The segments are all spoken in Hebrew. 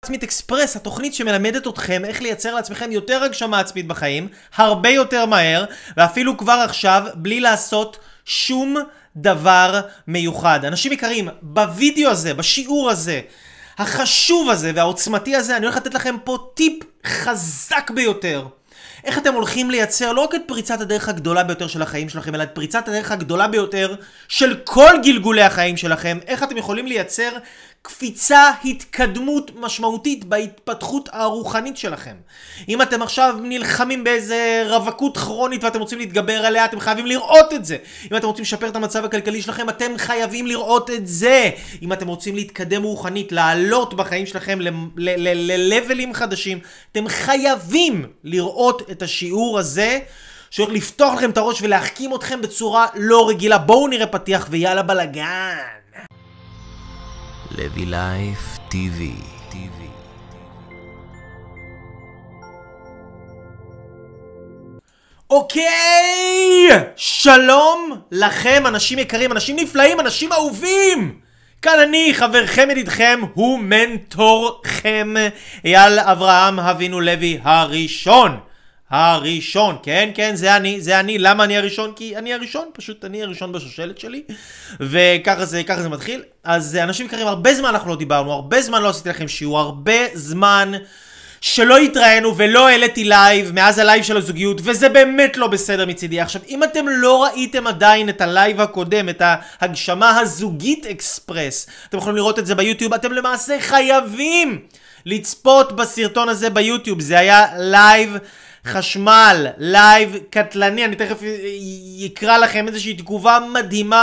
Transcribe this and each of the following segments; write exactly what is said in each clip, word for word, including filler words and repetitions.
עצמית אקספרס, התוכנית שמלמדת אתכם איך לייצר לעצמכם יותר הגשמה עצמית בחיים, הרבה יותר מהר, ואפילו כבר עכשיו, בלי לעשות שום דבר מיוחד. אנשים יקרים, בווידאו הזה, בשיעור הזה, החשוב הזה והעוצמתי הזה, אני הולך לתת לכם פה טיפ חזק ביותר. איך אתם הולכים לייצר לא רק את פריצת הדרך הגדולה ביותר של החיים שלכם, אלא את פריצת הדרך הגדולה ביותר של כל גלגולי החיים שלכם. איך אתם יכולים לייצר קפיצה, התקדמות משמעותית בהתפתחות הרוחנית שלכם. אם אתם עכשיו נלחמים באיזה רווקות כרונית ואתם רוצים להתגבר עליה, אתם חייבים לראות את זה. אם אתם רוצים לשפר את המצב הכלכלי שלכם, אתם חייבים לראות את זה. אם אתם רוצים להתקדם רוחנית, לעלות בחיים שלכם ללבלים חדשים, אתם חייבים לראות את השיעור הזה, שהולך לפתוח לכם את הראש ולהחכים אתכם בצורה לא רגילה. בואו נראה פתיח ויאללה בלגן. לוי לייף טיווי. אוקיי, שלום לכם אנשים יקרים, אנשים נפלאים, אנשים אהובים. כאן אני, חברכם ידידכם, הוא מנטורכם, אייל אברהם אבינו לוי הראשון. הראשון, כן, כן, זה אני, זה אני. למה אני הראשון? כי אני הראשון, פשוט אני הראשון בשושלת שלי. וככה זה, ככה זה מתחיל. אז אנשים יקרים, הרבה זמן אנחנו לא דיברנו, הרבה זמן לא עשיתי לכם שיעור, הרבה זמן שלא התראינו ולא העליתי לייב מאז הלייב של הזוגיות, וזה באמת לא בסדר מצידי. עכשיו, אם אתם לא ראיתם עדיין את הלייב הקודם, את ההגשמה הזוגית אקספרס, אתם יכולים לראות את זה ביוטיוב, אתם למעשה חייבים לצפות בסרטון הזה ביוטיוב. זה היה לייב חשמל, לייב קטלני. אני תכף יקרא לכם איזושהי תגובה מדהימה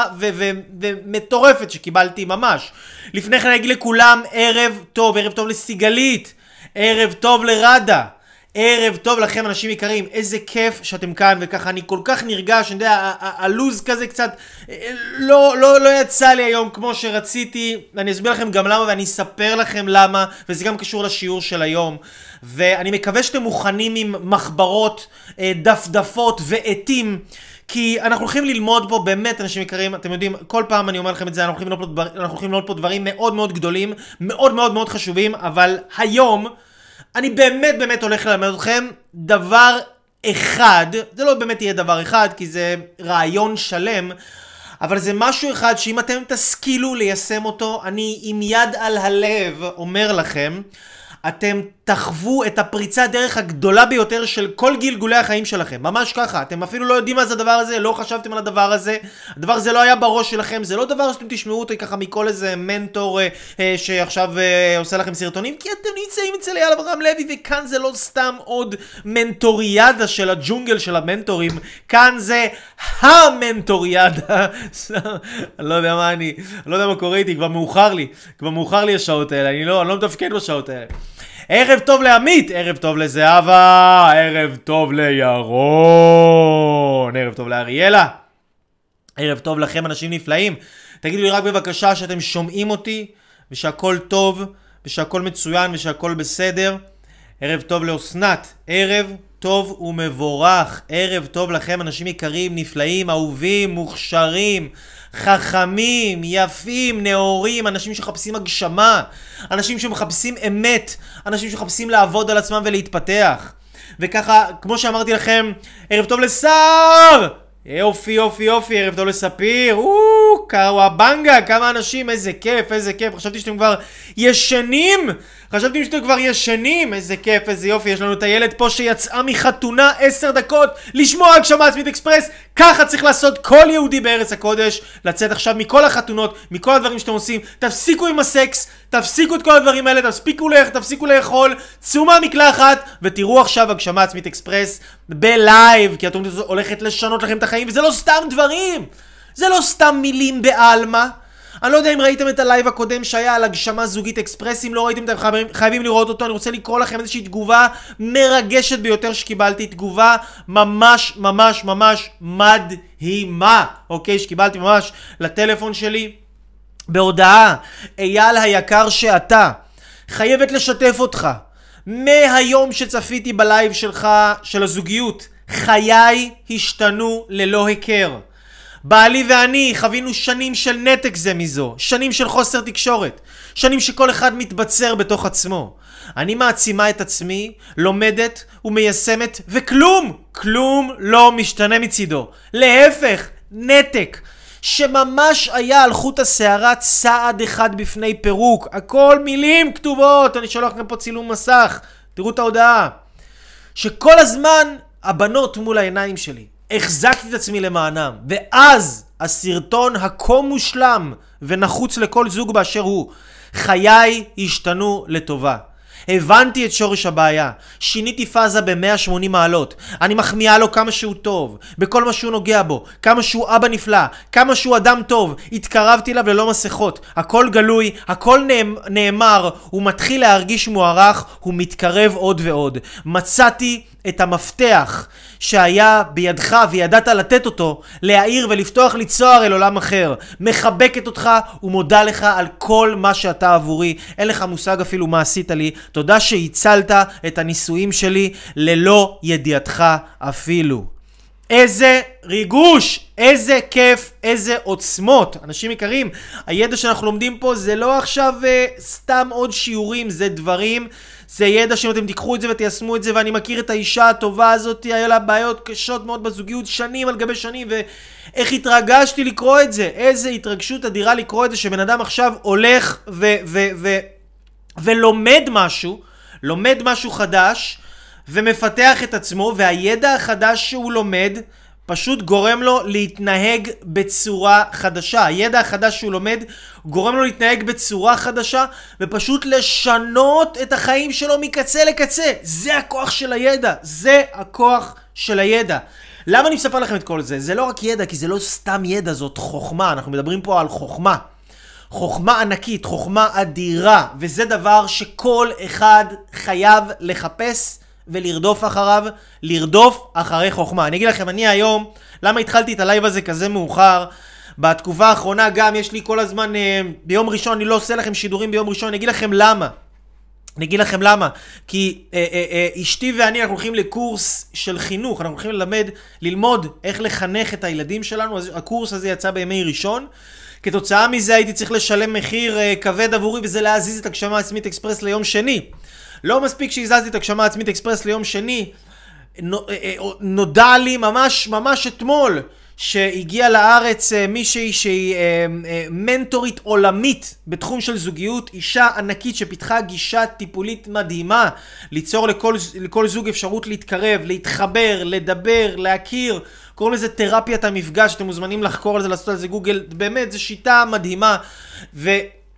ומטורפת שקיבלתי ממש. לפני כן אני אגיד לכולם ערב טוב, ערב טוב לסיגלית, ערב טוב לרדה, ערב טוב לכם אנשים יקרים. איזה כיף שאתם כאן, וככה אני כל כך נרגש. אני יודע, הלוז כזה קצת לא, לא, לא יצא לי היום כמו שרציתי. אני אסביר לכם גם למה ואני אספר לכם למה, וזה גם קשור לשיעור של היום. ואני מקווה שאתם מוכנים עם מחברות, דפדפות ועטים, כי אנחנו הולכים ללמוד פה באמת אנשים יקרים. אתם יודעים, כל פעם אני אומר לכם את זה, אנחנו הולכים ללמוד פה, אנחנו הולכים ללמוד פה דברים מאוד מאוד גדולים, מאוד מאוד מאוד חשובים. אבל היום אני באמת באמת הולך ללמד אתכם דבר אחד. זה לא באמת יהיה דבר אחד, כי זה רעיון שלם, אבל זה משהו אחד שאם אתם תשכילו ליישם אותו, אני עם יד על הלב אומר לכם, אתם תחוו את הפריצה דרך הגדולה ביותר של כל גלגולי החיים שלכם. ממש ככה. אתם אפילו לא יודעים מה זה הדבר הזה, לא חשבתם על הדבר הזה. הדבר הזה לא היה בראש שלכם. זה לא דבר שאתם תשמעו אותו ככה מכל איזה מנטור אה, אה, שעכשיו אה, עושה לכם סרטונים, כי אתם נמצאים אצל אייל אברהם לוי, וכאן זה לא סתם עוד מנטוריאדה של הג'ונגל של המנטורים. כאן זה המנטוריאדה. אני לא יודע מה אני, אני לא יודע מה קורה איתי, כבר מאוחר לי. כבר מאוחר לי השעות האלה. אני לא, אני לא מתפקד בשעות האלה. ערב טוב לעמית, ערב טוב לזהבה, ערב טוב לירון, ערב טוב לאריאלה, ערב טוב לכם אנשים נפלאים. תגידו לי רק בבקשה שאתם שומעים אותי ושהכל טוב ושהכל מצוין ושהכל בסדר. ערב טוב לאוסנת, ערב טוב ומבורך, ערב טוב לכם אנשים יקרים, נפלאים, אהובים, מוכשרים, חכמים, יפים, נאורים, אנשים שחפשים הגשמה, אנשים שמחפשים אמת, אנשים שמחפשים לעבוד על עצמם ולהתפתח. וככה, כמו שאמרתי לכם, ערב טוב לשר! יופי יופי יופי, ערב טוב לספיר, אוו, קוואבנגה, כמה אנשים, איזה כיף, איזה כיף. חשבתי שאתם כבר ישנים, חשבתי שאתם כבר ישנים, איזה כיף, איזה יופי. יש לנו את הילד פה שיצאה מחתונה עשר דקות לשמוע הגשמה עצמית אקספרס. ככה צריך לעשות כל יהודי בארץ הקודש, לצאת עכשיו מכל החתונות, מכל הדברים שאתם עושים. תפסיקו עם הסקס, תפסיקו את כל הדברים האלה, תפסיקו לך, תפסיקו לאכול, צאו מהמקלחת ותראו עכשיו הגשמה עצמית אקספרס בלייב, כי התוכנית הזאת הולכת לשנות לכם את החיים, וזה לא סתם דברים, זה לא סתם מילים בעלמה. אני לא יודע אם ראיתם את הלייב הקודם שהיה על הגשמה זוגית אקספרס. אם לא ראיתם, אתם חייבים, חייבים לראות אותו. אני רוצה לקרוא לכם איזושהי תגובה מרגשת ביותר שקיבלתי, תגובה ממש ממש ממש מדהימה, אוקיי, שקיבלתי ממש לטלפון שלי בהודעה. אייל היקר שאתה, חייבת לשתף אותך. מהיום שצפיתי בלייב שלך של הזוגיות, חיי השתנו ללא הכר. בעלי ואני חווינו שנים של נתק זה מזו, שנים של חוסר תקשורת, שנים שכל אחד מתבצר בתוך עצמו. אני מעצימה את עצמי, לומדת ומיישמת, וכלום, כלום לא משתנה מצידו. להפך, נתק, שממש היה על חוט השערה צעד אחד בפני פירוק. הכל מילים כתובות, אני שולח לכם פה צילום מסך, תראו את ההודעה. שכל הזמן הבנות מול העיניים שלי. החזקתי את עצמי למענם, ואז הסרטון הכה מושלם ונחוץ לכל זוג באשר הוא. חיי השתנו לטובה. הבנתי את שורש הבעיה, שיניתי פאזה ב-מאה ושמונים מעלות, אני מחמיאה לו כמה שהוא טוב, בכל מה שהוא נוגע בו, כמה שהוא אבא נפלא, כמה שהוא אדם טוב, התקרבתי אליו ללא מסכות, הכל גלוי, הכל נאמר, הוא מתחיל להרגיש מוערך, הוא מתקרב עוד ועוד. מצאתי את המפתח שהיה בידך וידעת לתת אותו, להעיר ולפתוח לי צוהר אל עולם אחר. מחבקת אותך ומודה לך על כל מה שאתה עבורי. אין לך מושג אפילו מה עשית לי. תודה שהצלת את הניסויים שלי ללא ידיעתך אפילו. איזה ריגוש, איזה כיף, איזה עוצמות. אנשים יקרים, הידע שאנחנו לומדים פה זה לא עכשיו uh, סתם עוד שיעורים, זה דברים, זה ידע שאם אתם תיקחו את זה ותיישמו את זה, ואני מכיר את האישה הטובה הזאת, היה לה בעיות קשות מאוד בזוגיות, שנים על גבי שנים, ואיך התרגשתי לקרוא את זה, איזה התרגשות אדירה לקרוא את זה, שבן אדם עכשיו הולך ו- ו- ו- ולומד משהו, לומד משהו חדש, ומפתח את עצמו, והידע החדש שהוא לומד פשוט גורם לו להתנהג בצורה חדשה. הידע החדש שהוא לומד גורם לו להתנהג בצורה חדשה, ופשוט לשנות את החיים שלו מקצה לקצה. זה הכוח של הידע, זה הכוח של הידע. למה אני מספר לכם את כל זה? זה לא רק ידע, כי זה לא סתם ידע, זאת חוכמה. אנחנו מדברים פה על חוכמה. חוכמה ענקית, חוכמה אדירה, וזה דבר שכל אחד חייב לחפש ולרדוף אחריו, לרדוף אחרי חוכמה. אני אגיד לכם, אני היום, למה התחלתי את הלייב הזה כזה מאוחר? בתקופה האחרונה גם יש לי כל הזמן, ביום ראשון, אני לא עושה לכם שידורים ביום ראשון, אני אגיד לכם למה. אני אגיד לכם למה. כי אה, אה, אה, אשתי ואני, אנחנו הולכים לקורס של חינוך, אנחנו הולכים ללמד, ללמוד איך לחנך את הילדים שלנו. אז הקורס הזה יצא בימי ראשון. כתוצאה מזה הייתי צריך לשלם מחיר אה, כבד עבורי, וזה להזיז את הגשמה עצמית אקספרס ליום שני. לא מספיק שהזזתי את הגשמה עצמית אקספרס ליום שני, נודע לי ממש ממש אתמול שהגיע לארץ מישהי שהיא מנטורית עולמית בתחום של זוגיות, אישה ענקית שפיתחה גישה טיפולית מדהימה, ליצור לכל, לכל זוג אפשרות להתקרב, להתחבר, לדבר, להכיר. קוראים לזה תרפיית המפגש, אתם מוזמנים לחקור על זה, לעשות על זה גוגל, באמת זו שיטה מדהימה. ו...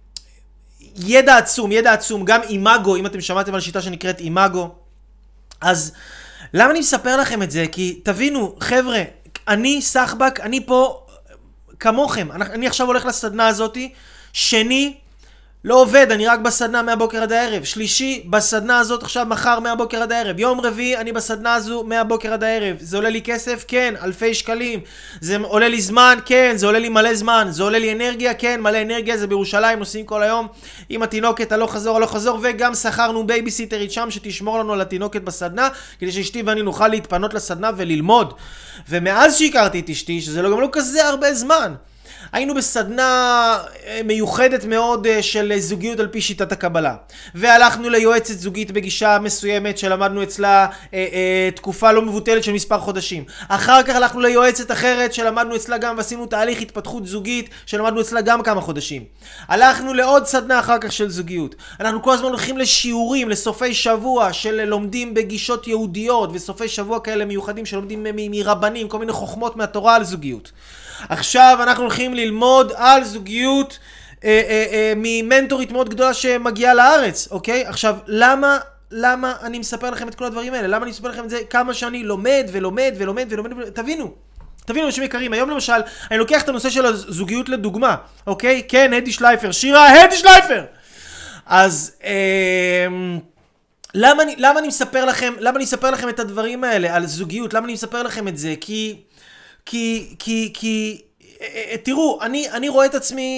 ידע עצום, ידע עצום, גם אימאגו, אם אתם שמעתם על שיטה שנקראת אימאגו. אז למה אני מספר לכם את זה? כי תבינו, חבר'ה, אני סחבק, אני פה כמוכם. אני עכשיו הולך לסדנה הזאת, שני לא עובד, אני רק בסדנה מהבוקר עד הערב. שלישי, בסדנה הזאת עכשיו מחר מהבוקר עד הערב. יום רביעי, אני בסדנה הזו מהבוקר עד הערב. זה עולה לי כסף? כן, אלפי שקלים. זה עולה לי זמן? כן, זה עולה לי מלא זמן. זה עולה לי אנרגיה? כן, מלא אנרגיה. זה בירושלים, נוסעים כל היום עם התינוקת, הלוך חזור, הלוך חזור, וגם שכרנו בייביסיטרית שם שתשמור לנו על התינוקת בסדנה, כדי שאשתי ואני נוכל להתפנות לסדנה וללמוד. ומאז שהכרתי את אשתי, שזה לא, גם לא כזה הרבה זמן, היינו בסדנה מיוחדת מאוד של זוגיות על פי שיטת הקבלה. והלכנו ליועצת זוגית בגישה מסוימת שלמדנו אצלה אה, אה, תקופה לא מבוטלת של מספר חודשים. אחר כך הלכנו ליועצת אחרת שלמדנו אצלה גם ועשינו תהליך התפתחות זוגית שלמדנו אצלה גם כמה חודשים. הלכנו לעוד סדנה אחר כך של זוגיות. אנחנו כל הזמן הולכים לשיעורים, לסופי שבוע של לומדים בגישות יהודיות, וסופי שבוע כאלה מיוחדים שלומדים מרבנים, כל מיני חוכמות מהתורה על זוגיות. עכשיו אנחנו הולכים ללמוד על זוגיות אה, אה, אה, ממנטורית מאוד גדולה שמגיעה לארץ, אוקיי? עכשיו, למה, למה אני מספר לכם את כל הדברים האלה? למה אני מספר לכם את זה? כמה שאני לומד ולומד ולומד ולומד, תבינו. תבינו, אנשים יקרים, היום למשל, אני לוקח את הנושא של הזוגיות לדוגמה, אוקיי? כן, הדי שלייפר, שירה, הדי שלייפר! אז, אה... למה אני, למה אני מספר לכם, למה אני מספר לכם את הדברים האלה על זוגיות? למה אני מספר לכם את זה? כי... כי, כי, כי, תראו, אני, אני רואה את עצמי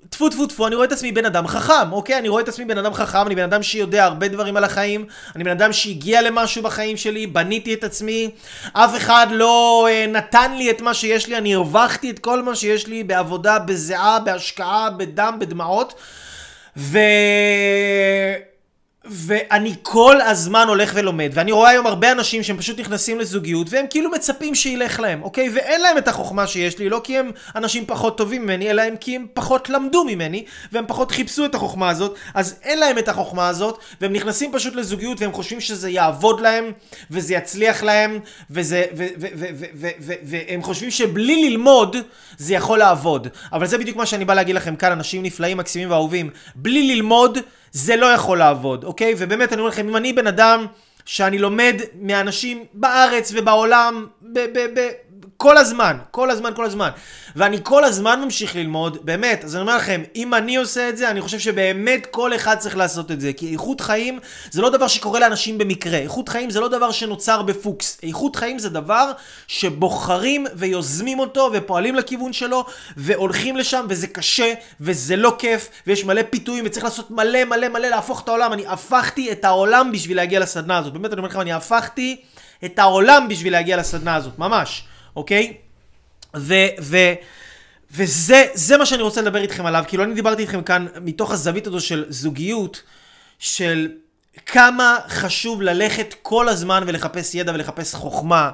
טפו טפו טפו, אני רואה את עצמי בן אדם חכם, אוקיי? אני רואה את עצמי בן אדם חכם, אני בן אדם שיודע הרבה דברים על החיים, אני בן אדם שהגיע למשהו בחיים שלי, בניתי את עצמי, אף אחד לא אה, נתן לי את מה שיש לי, אני הרווחתי את כל מה שיש לי בעבודה, בזיעה, בהשקעה, בדם, בדמעות, ו... ואני כל הזמן הולך ולומד, ואני רואה היום הרבה אנשים שהם פשוט נכנסים לזוגיות, והם כאילו מצפים שילך להם, אוקיי? ואין להם את החוכמה שיש לי, לא כי הם אנשים פחות טובים ממני, אלא הם כי הם פחות למדו ממני, והם פחות חיפשו את החוכמה הזאת, אז אין להם את החוכמה הזאת, והם נכנסים פשוט לזוגיות, והם חושבים שזה יעבוד להם, וזה יצליח להם, וזה, ו, ו, ו, ו, ו, ו, והם חושבים שבלי ללמוד, זה יכול לעבוד. אבל זה בדיוק מה שאני בא להגיד לכם כאן, אנשים נפלאים, מקסימים ואהובים. בלי ללמוד, זה לא יכול לעבוד, אוקיי? ובאמת אני אומר לכם, אם אני בן אדם שאני לומד מאנשים בארץ ובעולם, ב- ב- ב- כל הזמן, כל הזמן, כל הזמן, ואני כל הזמן ממשיך ללמוד, באמת, אז אני אומר לכם, אם אני עושה את זה, אני חושב שבאמת כל אחד צריך לעשות את זה, כי איכות חיים זה לא דבר שקורה לאנשים במקרה, איכות חיים זה לא דבר שנוצר בפוקס, איכות חיים זה דבר שבוחרים ויוזמים אותו ופועלים לכיוון שלו, והולכים לשם, וזה קשה, וזה לא כיף, ויש מלא פיתויים, וצריך לעשות מלא מלא מלא להפוך את העולם. אני הפכתי את העולם בשביל להגיע לסדנה הזאת, באמת אני אומר לכם, אני הפכתי את העולם בשביל להגיע לסדנה הזאת, ממש. אוקיי? ו... ו... וזה זה מה שאני רוצה לדבר איתכם עליו, כאילו אני דיברתי איתכם כאן מתוך הזווית הזו של זוגיות, של כמה חשוב ללכת כל הזמן ולחפש ידע ולחפש חוכמה,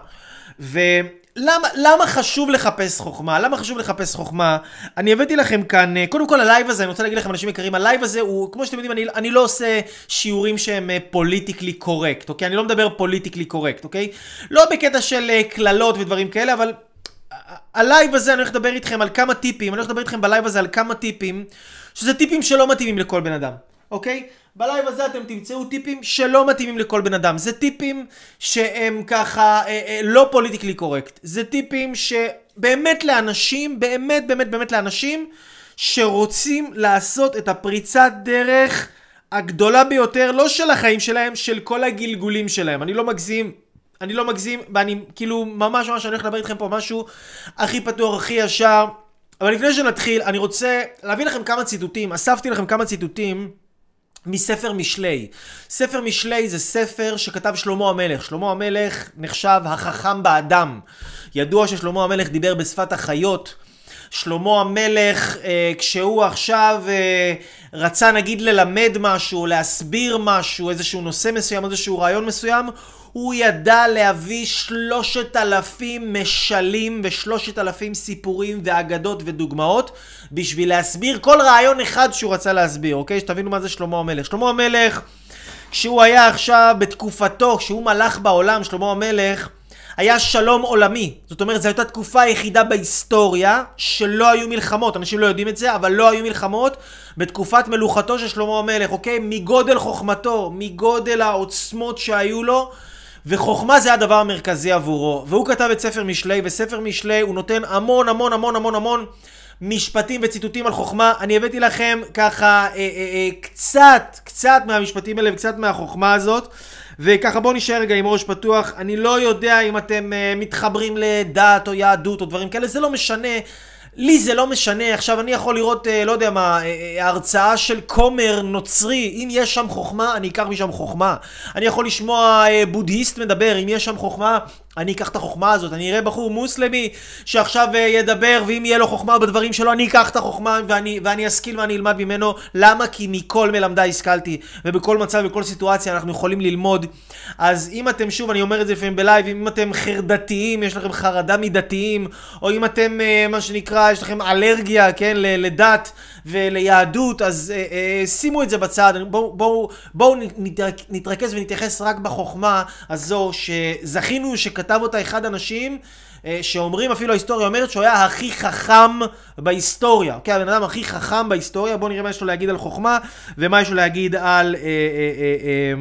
ולמה למה חשוב לחפש חוכמה? למה חשוב לחפש חוכמה? אני הבאתי לכם כאן, קודם כל הלייב הזה, אני רוצה להגיד לכם אנשים יקרים, הלייב הזה הוא, כמו שאתם יודעים, אני, אני לא עושה שיעורים שהם פוליטיקלי קורקט, אוקיי? אני לא מדבר פוליטיקלי קורקט, אוקיי? לא בקטע של כללות ודברים כאלה, אבל הלייב הזה אני הולך לדבר איתכם על כמה טיפים, אני הולך לדבר איתכם בלייב הזה על כמה טיפים, שזה טיפים שלא מתאימים לכל בן אדם, אוקיי? בלייב הזה אתם תמצאו טיפים שלא מתאימים לכל בן אדם. זה טיפים שהם ככה אה, אה, לא פוליטיקלי קורקט. זה טיפים שבאמת לאנשים, באמת באמת באמת לאנשים שרוצים לעשות את הפריצת דרך הגדולה ביותר, לא של החיים שלהם, של כל הגלגולים שלהם. אני לא מגזים, אני לא מגזים, ואני כאילו ממש ממש אני הולך לדבר איתכם פה משהו הכי פתוח, הכי ישר. אבל לפני שנתחיל, אני רוצה להביא לכם כמה ציטוטים. אספתי לכם כמה ציטוטים מספר משלי. ספר משלי זה ספר שכתב שלמה המלך. שלמה המלך נחשב החכם באדם. ידוע ששלמה המלך דיבר בשפת החיות. שלמה המלך, אה, כשהוא עכשיו אה, רצה נגיד ללמד משהו, להסביר משהו, איזשהו נושא מסוים, איזשהו רעיון מסוים, הוא ידע להביא שלושת אלפים משלים ושלושת אלפים סיפורים ואגדות ודוגמאות בשביל להסביר כל רעיון אחד שהוא רצה להסביר, אוקיי? שתבינו מה זה שלמה המלך. שלמה המלך, כשהוא היה עכשיו בתקופתו, כשהוא מלך בעולם, שלמה המלך, היה שלום עולמי. זאת אומרת, זו הייתה תקופה היחידה בהיסטוריה שלא היו מלחמות. אנשים לא יודעים את זה, אבל לא היו מלחמות בתקופת מלוכתו של שלמה המלך, אוקיי? מגודל חוכמתו, מגודל העוצמות שהיו לו, וחוכמה זה הדבר המרכזי עבורו. והוא כתב את ספר משלי, וספר משלי הוא נותן המון המון המון המון המון משפטים וציטוטים על חוכמה. אני הבאתי לכם ככה אה, אה, אה, קצת, קצת מהמשפטים האלה וקצת מהחוכמה הזאת. וככה בואו נשאר רגע עם ראש פתוח. אני לא יודע אם אתם uh, מתחברים לדת או יהדות או דברים כאלה, זה לא משנה. לי זה לא משנה. עכשיו אני יכול לראות, uh, לא יודע מה, uh, הרצאה של כומר נוצרי. אם יש שם חוכמה, אני אקח משם חוכמה. אני יכול לשמוע uh, בודהיסט מדבר. אם יש שם חוכמה, אני אקח את החוכמה הזאת. אני אראה בחור מוסלמי שעכשיו uh, ידבר, ואם יהיה לו חוכמה בדברים שלו, אני אקח את החוכמה ואני, ואני אשכיל ואני אלמד ממנו. למה? כי מכל מלמדי השכלתי, ובכל מצב ובכל סיטואציה אנחנו יכולים ללמוד. אז אם אתם, שוב אני אומר את זה לפעמים בלייב, אם אתם חרדתיים, יש לכם חרדה מדתיים, או אם אתם uh, מה שנקרא, יש לכם אלרגיה, כן, לדת וליהדות, אז uh, uh, שימו את זה בצד. בואו בוא, בוא נתרכז ונתייחס רק בחוכמה הזו שזכינו שכתב אותה אחד אנשים שאומרים, אפילו ההיסטוריה אומרת שהוא היה הכי חכם בהיסטוריה. אוקיי, הבן אדם הכי חכם בהיסטוריה. בואו נראה מה יש לו להגיד על חוכמה ומה יש לו להגיד על, אה, אה, אה, אה,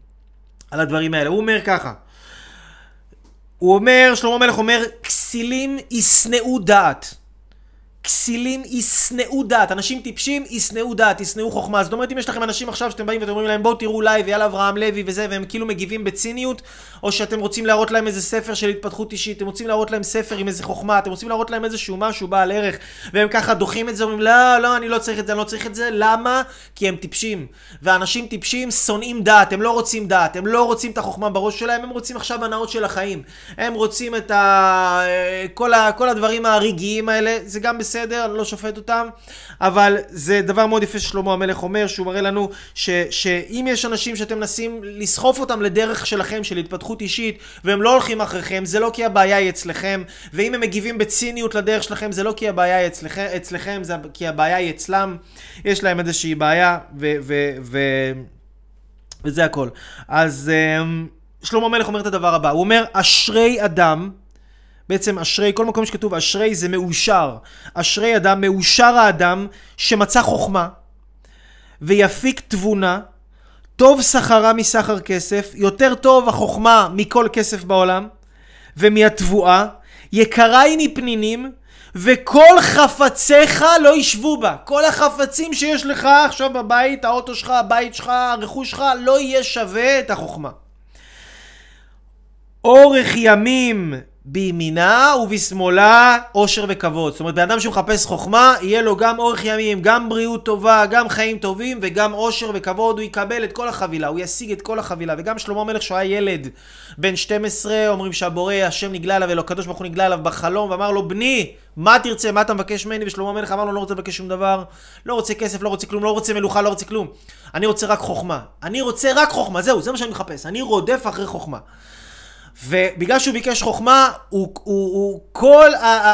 על הדברים האלה. הוא אומר ככה, הוא אומר, שלמה המלך אומר, כסילים ישנאו דעת, כסילים ישנאו דעת, אנשים טיפשים ישנאו דעת, ישנאו חוכמה. זאת אומרת, אם יש לכם אנשים עכשיו שאתם באים ואתם אומרים להם בואו תראו לייב ויאללה אברהם לוי וזה, והם כאילו מגיבים בציניות, או שאתם רוצים להראות להם איזה ספר של התפתחות אישית, אתם רוצים להראות להם ספר עם איזה חוכמה, אתם רוצים להראות להם איזשהו משהו בעל ערך, והם ככה דוחים את זה, אומרים לא, לא, אני לא צריך את זה, אני לא צריך את זה. למה? כי הם טיפשים. ואנשים טיפשים שונאים דעת, הם לא רוצים דעת, הם לא רוצים את החוכמה בראש שלהם, הם רוצים עכשיו הנאות של החיים. הם רוצים את ה... כל ה... כל הדברים הרגעיים האלה. זה גם בסדר, אני לא שופט אותם, אבל זה דבר מאוד יפה ששלמה המלך אומר, שהוא מראה לנו ש... שאם יש אנשים שאתם מנסים לסחוף אותם לדרך שלכם, של התפתחות אישית, והם לא הולכים אחריכם, זה לא כי הבעיה היא אצלכם, ואם הם מגיבים בציניות לדרך שלכם, זה לא כי הבעיה היא אצלכם, אצלכם זה כי הבעיה היא אצלם. יש להם איזושהי בעיה, ו... ו... ו... וזה הכל. אז שלמה המלך אומר את הדבר הבא, הוא אומר, אשרי אדם, בעצם אשרי, כל מקום שכתוב אשרי זה מאושר, אשרי אדם, מאושר האדם שמצא חוכמה, ויפיק תבונה, טוב שכרה מסחר כסף, יותר טוב החוכמה מכל כסף בעולם, ומהתבואה, יקרה היא מפנינים, וכל חפציך לא ישבו בה. כל החפצים שיש לך עכשיו בבית, האוטו שלך, הבית שלך, הרכוש שלך, לא יהיה שווה את החוכמה. אורך ימים בימינה ובשמאלה אושר וכבוד. זאת אומרת, באדם שמחפש חוכמה, יהיה לו גם אורך ימים, גם בריאות טובה, גם חיים טובים, וגם אושר וכבוד. הוא יקבל את כל החבילה, הוא ישיג את כל החבילה. וגם שלמה המלך שהוא היה ילד בן שתים עשרה, אומרים שהבורא השם נגלה אליו, אלו הקדוש ברוך הוא נגלה אליו בחלום, ואמר לו, בני, מה תרצה, מה אתה מבקש ממני? ושלמה המלך אמר לו, לא רוצה לבקש שום דבר, לא רוצה כסף, לא רוצה כלום, לא רוצה מלוכה, לא רוצה כלום. אני רוצה רק חוכמה. אני רוצה רק חוכמה, זהו, זה מה שאני מחפש. אני רודף אחרי חוכמה. ובגלל שהוא ביקש חוכמה, הוא, הוא, הוא, כל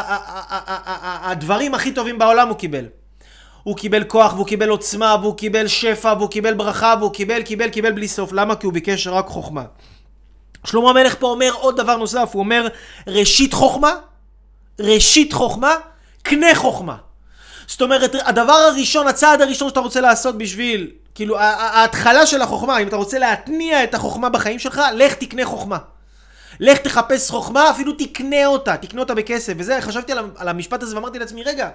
הדברים הכי טובים בעולם הוא קיבל. הוא קיבל כוח, והוא קיבל עוצמה, והוא קיבל שפע, והוא קיבל ברכה, והוא קיבל, קיבל, קיבל בלי סוף. למה? כי הוא ביקש רק חוכמה. שלמה המלך פה אומר עוד דבר נוסף, הוא אומר, ראשית חוכמה, ראשית חוכמה, קנה חוכמה. זאת אומרת, הדבר הראשון, הצעד הראשון שאתה רוצה לעשות בשביל, כאילו, ההתחלה של החוכמה, אם אתה רוצה להתניע את החוכמה בחיים שלך, לך תקנה חוכמה. לך תחפש חוכמה, אפילו תקנה אותה, תקנה אותה בכסף. וזה, חשבתי על המשפט הזה ואמרתי לעצמי, רגע,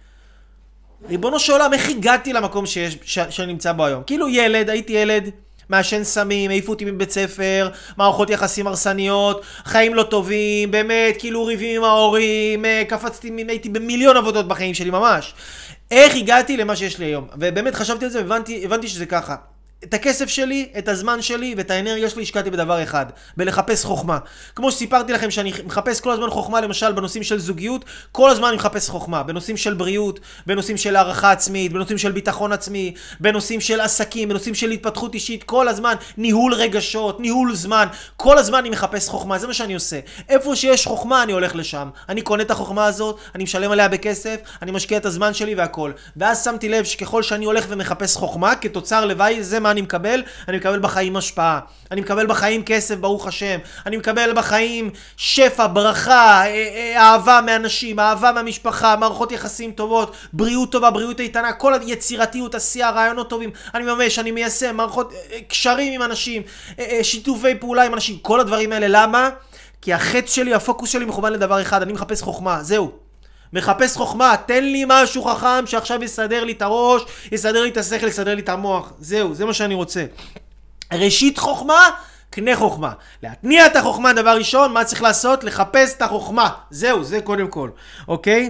ריבונו של עולם, איך הגעתי למקום שיש, ש, שאני נמצא בו היום? כאילו ילד, הייתי ילד, מעשן סמים, העיפו אותי מבית ספר, מערכות יחסים הרסניות, חיים לא טובים, באמת, כאילו ריבים עם ההורים, קפצתי, הייתי במיליון עבודות בחיים שלי ממש. איך הגעתי למה שיש לי היום? ובאמת חשבתי על זה והבנתי, הבנתי שזה ככה. את הכסף שלי, את הזמן שלי ואת האנרגיה שלי השקעתי בדבר אחד, בלחפש חוכמה. כמו שסיפרתי לכם שאני מחפש כל הזמן חוכמה, למשל בנושאים של זוגיות, כל הזמן אני מחפש חוכמה, בנושאים של בריאות, בנושאים של הערכה עצמית, בנושאים של ביטחון עצמי, בנושאים של עסקים, בנושאים של התפתחות אישית, כל הזמן ניהול רגשות, ניהול זמן, כל הזמן אני מחפש חוכמה, זה מה שאני עושה. איפה שיש חוכמה אני הולך לשם, אני קונה את החוכמה הזאת, אני משלם עליה בכסף, אני משקיע את הזמן שלי והכל. ואז שמתי לב שככל שאני הולך ומחפש חוכמה, כתוצר לוואי, זה מה אני מקבל? אני מקבל בחיים השפעה. אני מקבל בחיים כסף, ברוך השם. אני מקבל בחיים שפע, ברכה, אהבה מאנשים, אהבה מהמשפחה, מערכות יחסים טובות, בריאות טובה, בריאות איתנה, כל היצירתיות, עשייה, רעיונות טובים. אני ממש, אני מיישם, מערכות, קשרים עם אנשים, שיתופי פעולה עם אנשים, כל הדברים האלה. למה? כי החץ שלי, הפוקוס שלי מכוון לדבר אחד, אני מחפש חוכמה, זהו. מחפש חוכמה, תן לי משהו חכם שעכשיו יסדר לי את הראש, יסדר לי את השכל, יסדר לי את המוח. זהו, זה מה שאני רוצה. ראשית חוכמה, קנה חוכמה. להתניע את החוכמה, דבר ראשון, מה צריך לעשות? לחפש את החוכמה. זהו, זה קודם כל. אוקיי?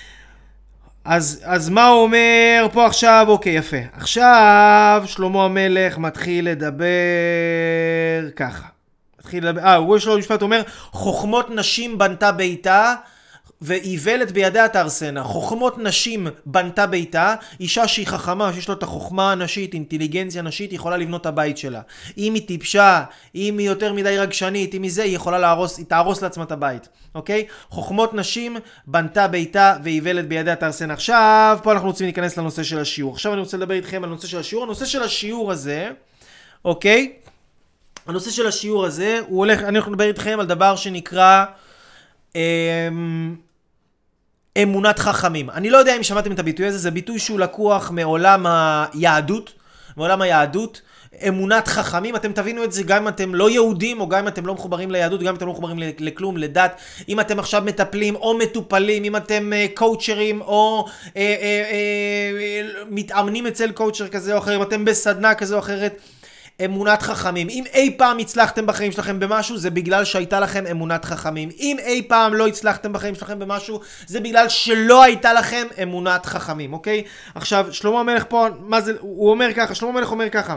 אז, אז מה הוא אומר פה עכשיו? אוקיי, יפה. עכשיו שלמה המלך מתחיל לדבר ככה. מתחיל לדבר, אה, הוא יש לו משפט, הוא אומר, חוכמות נשים בנתה ביתה, ואיוולת בידיה תהרסנה. חוכמות נשים בנתה ביתה, אישה שהיא חכמה, שיש לו את החוכמה הנשית, אינטליגנציה נשית, היא יכולה לבנות את הבית שלה. אם היא טיפשה, אם היא יותר מדי רגשנית, אם היא זה, היא יכולה להרוס, היא תהרוס לעצמה את הבית. אוקיי? חוכמות נשים בנתה ביתה, ואיוולת בידיה תהרסנה. עכשיו, פה אנחנו רוצים להיכנס לנושא של השיעור. עכשיו אני רוצה לדבר איתכם על הנושא של השיעור. הנושא של השיעור הזה, אוקיי? הנושא של השיעור הזה, הוא הולך, אני הולך לדבר איתכם על דבר שנקרא אמ... אמונת חכמים. אני לא יודע אם שמעתם את הביטוי הזה, זה ביטוי שהוא לקוח מעולם היהדות, מעולם היהדות, אמונת חכמים, אתם תבינו את זה גם אם אתם לא יהודים, או גם אם אתם לא מחוברים ליהדות, גם אם אתם לא מחוברים לכלום, לדת, אם אתם עכשיו מטפלים או מטופלים, אם אתם uh, קואוצ'רים, או uh, uh, uh, מתאמנים אצל קואוצ'ר כזה או אחר, אם אתם בסדנה כזה או אחרת, אמונת חכמים. אם אי פעם הצלחתם בחיים שלכם במשהו, זה בגלל שהייתה לכם אמונת חכמים. אם אי פעם לא הצלחתם בחיים שלכם במשהו, זה בגלל שלא הייתה לכם אמונת חכמים, אוקיי? עכשיו, שלמה המלך פה, מה זה, הוא אומר ככה, שלמה המלך אומר ככה,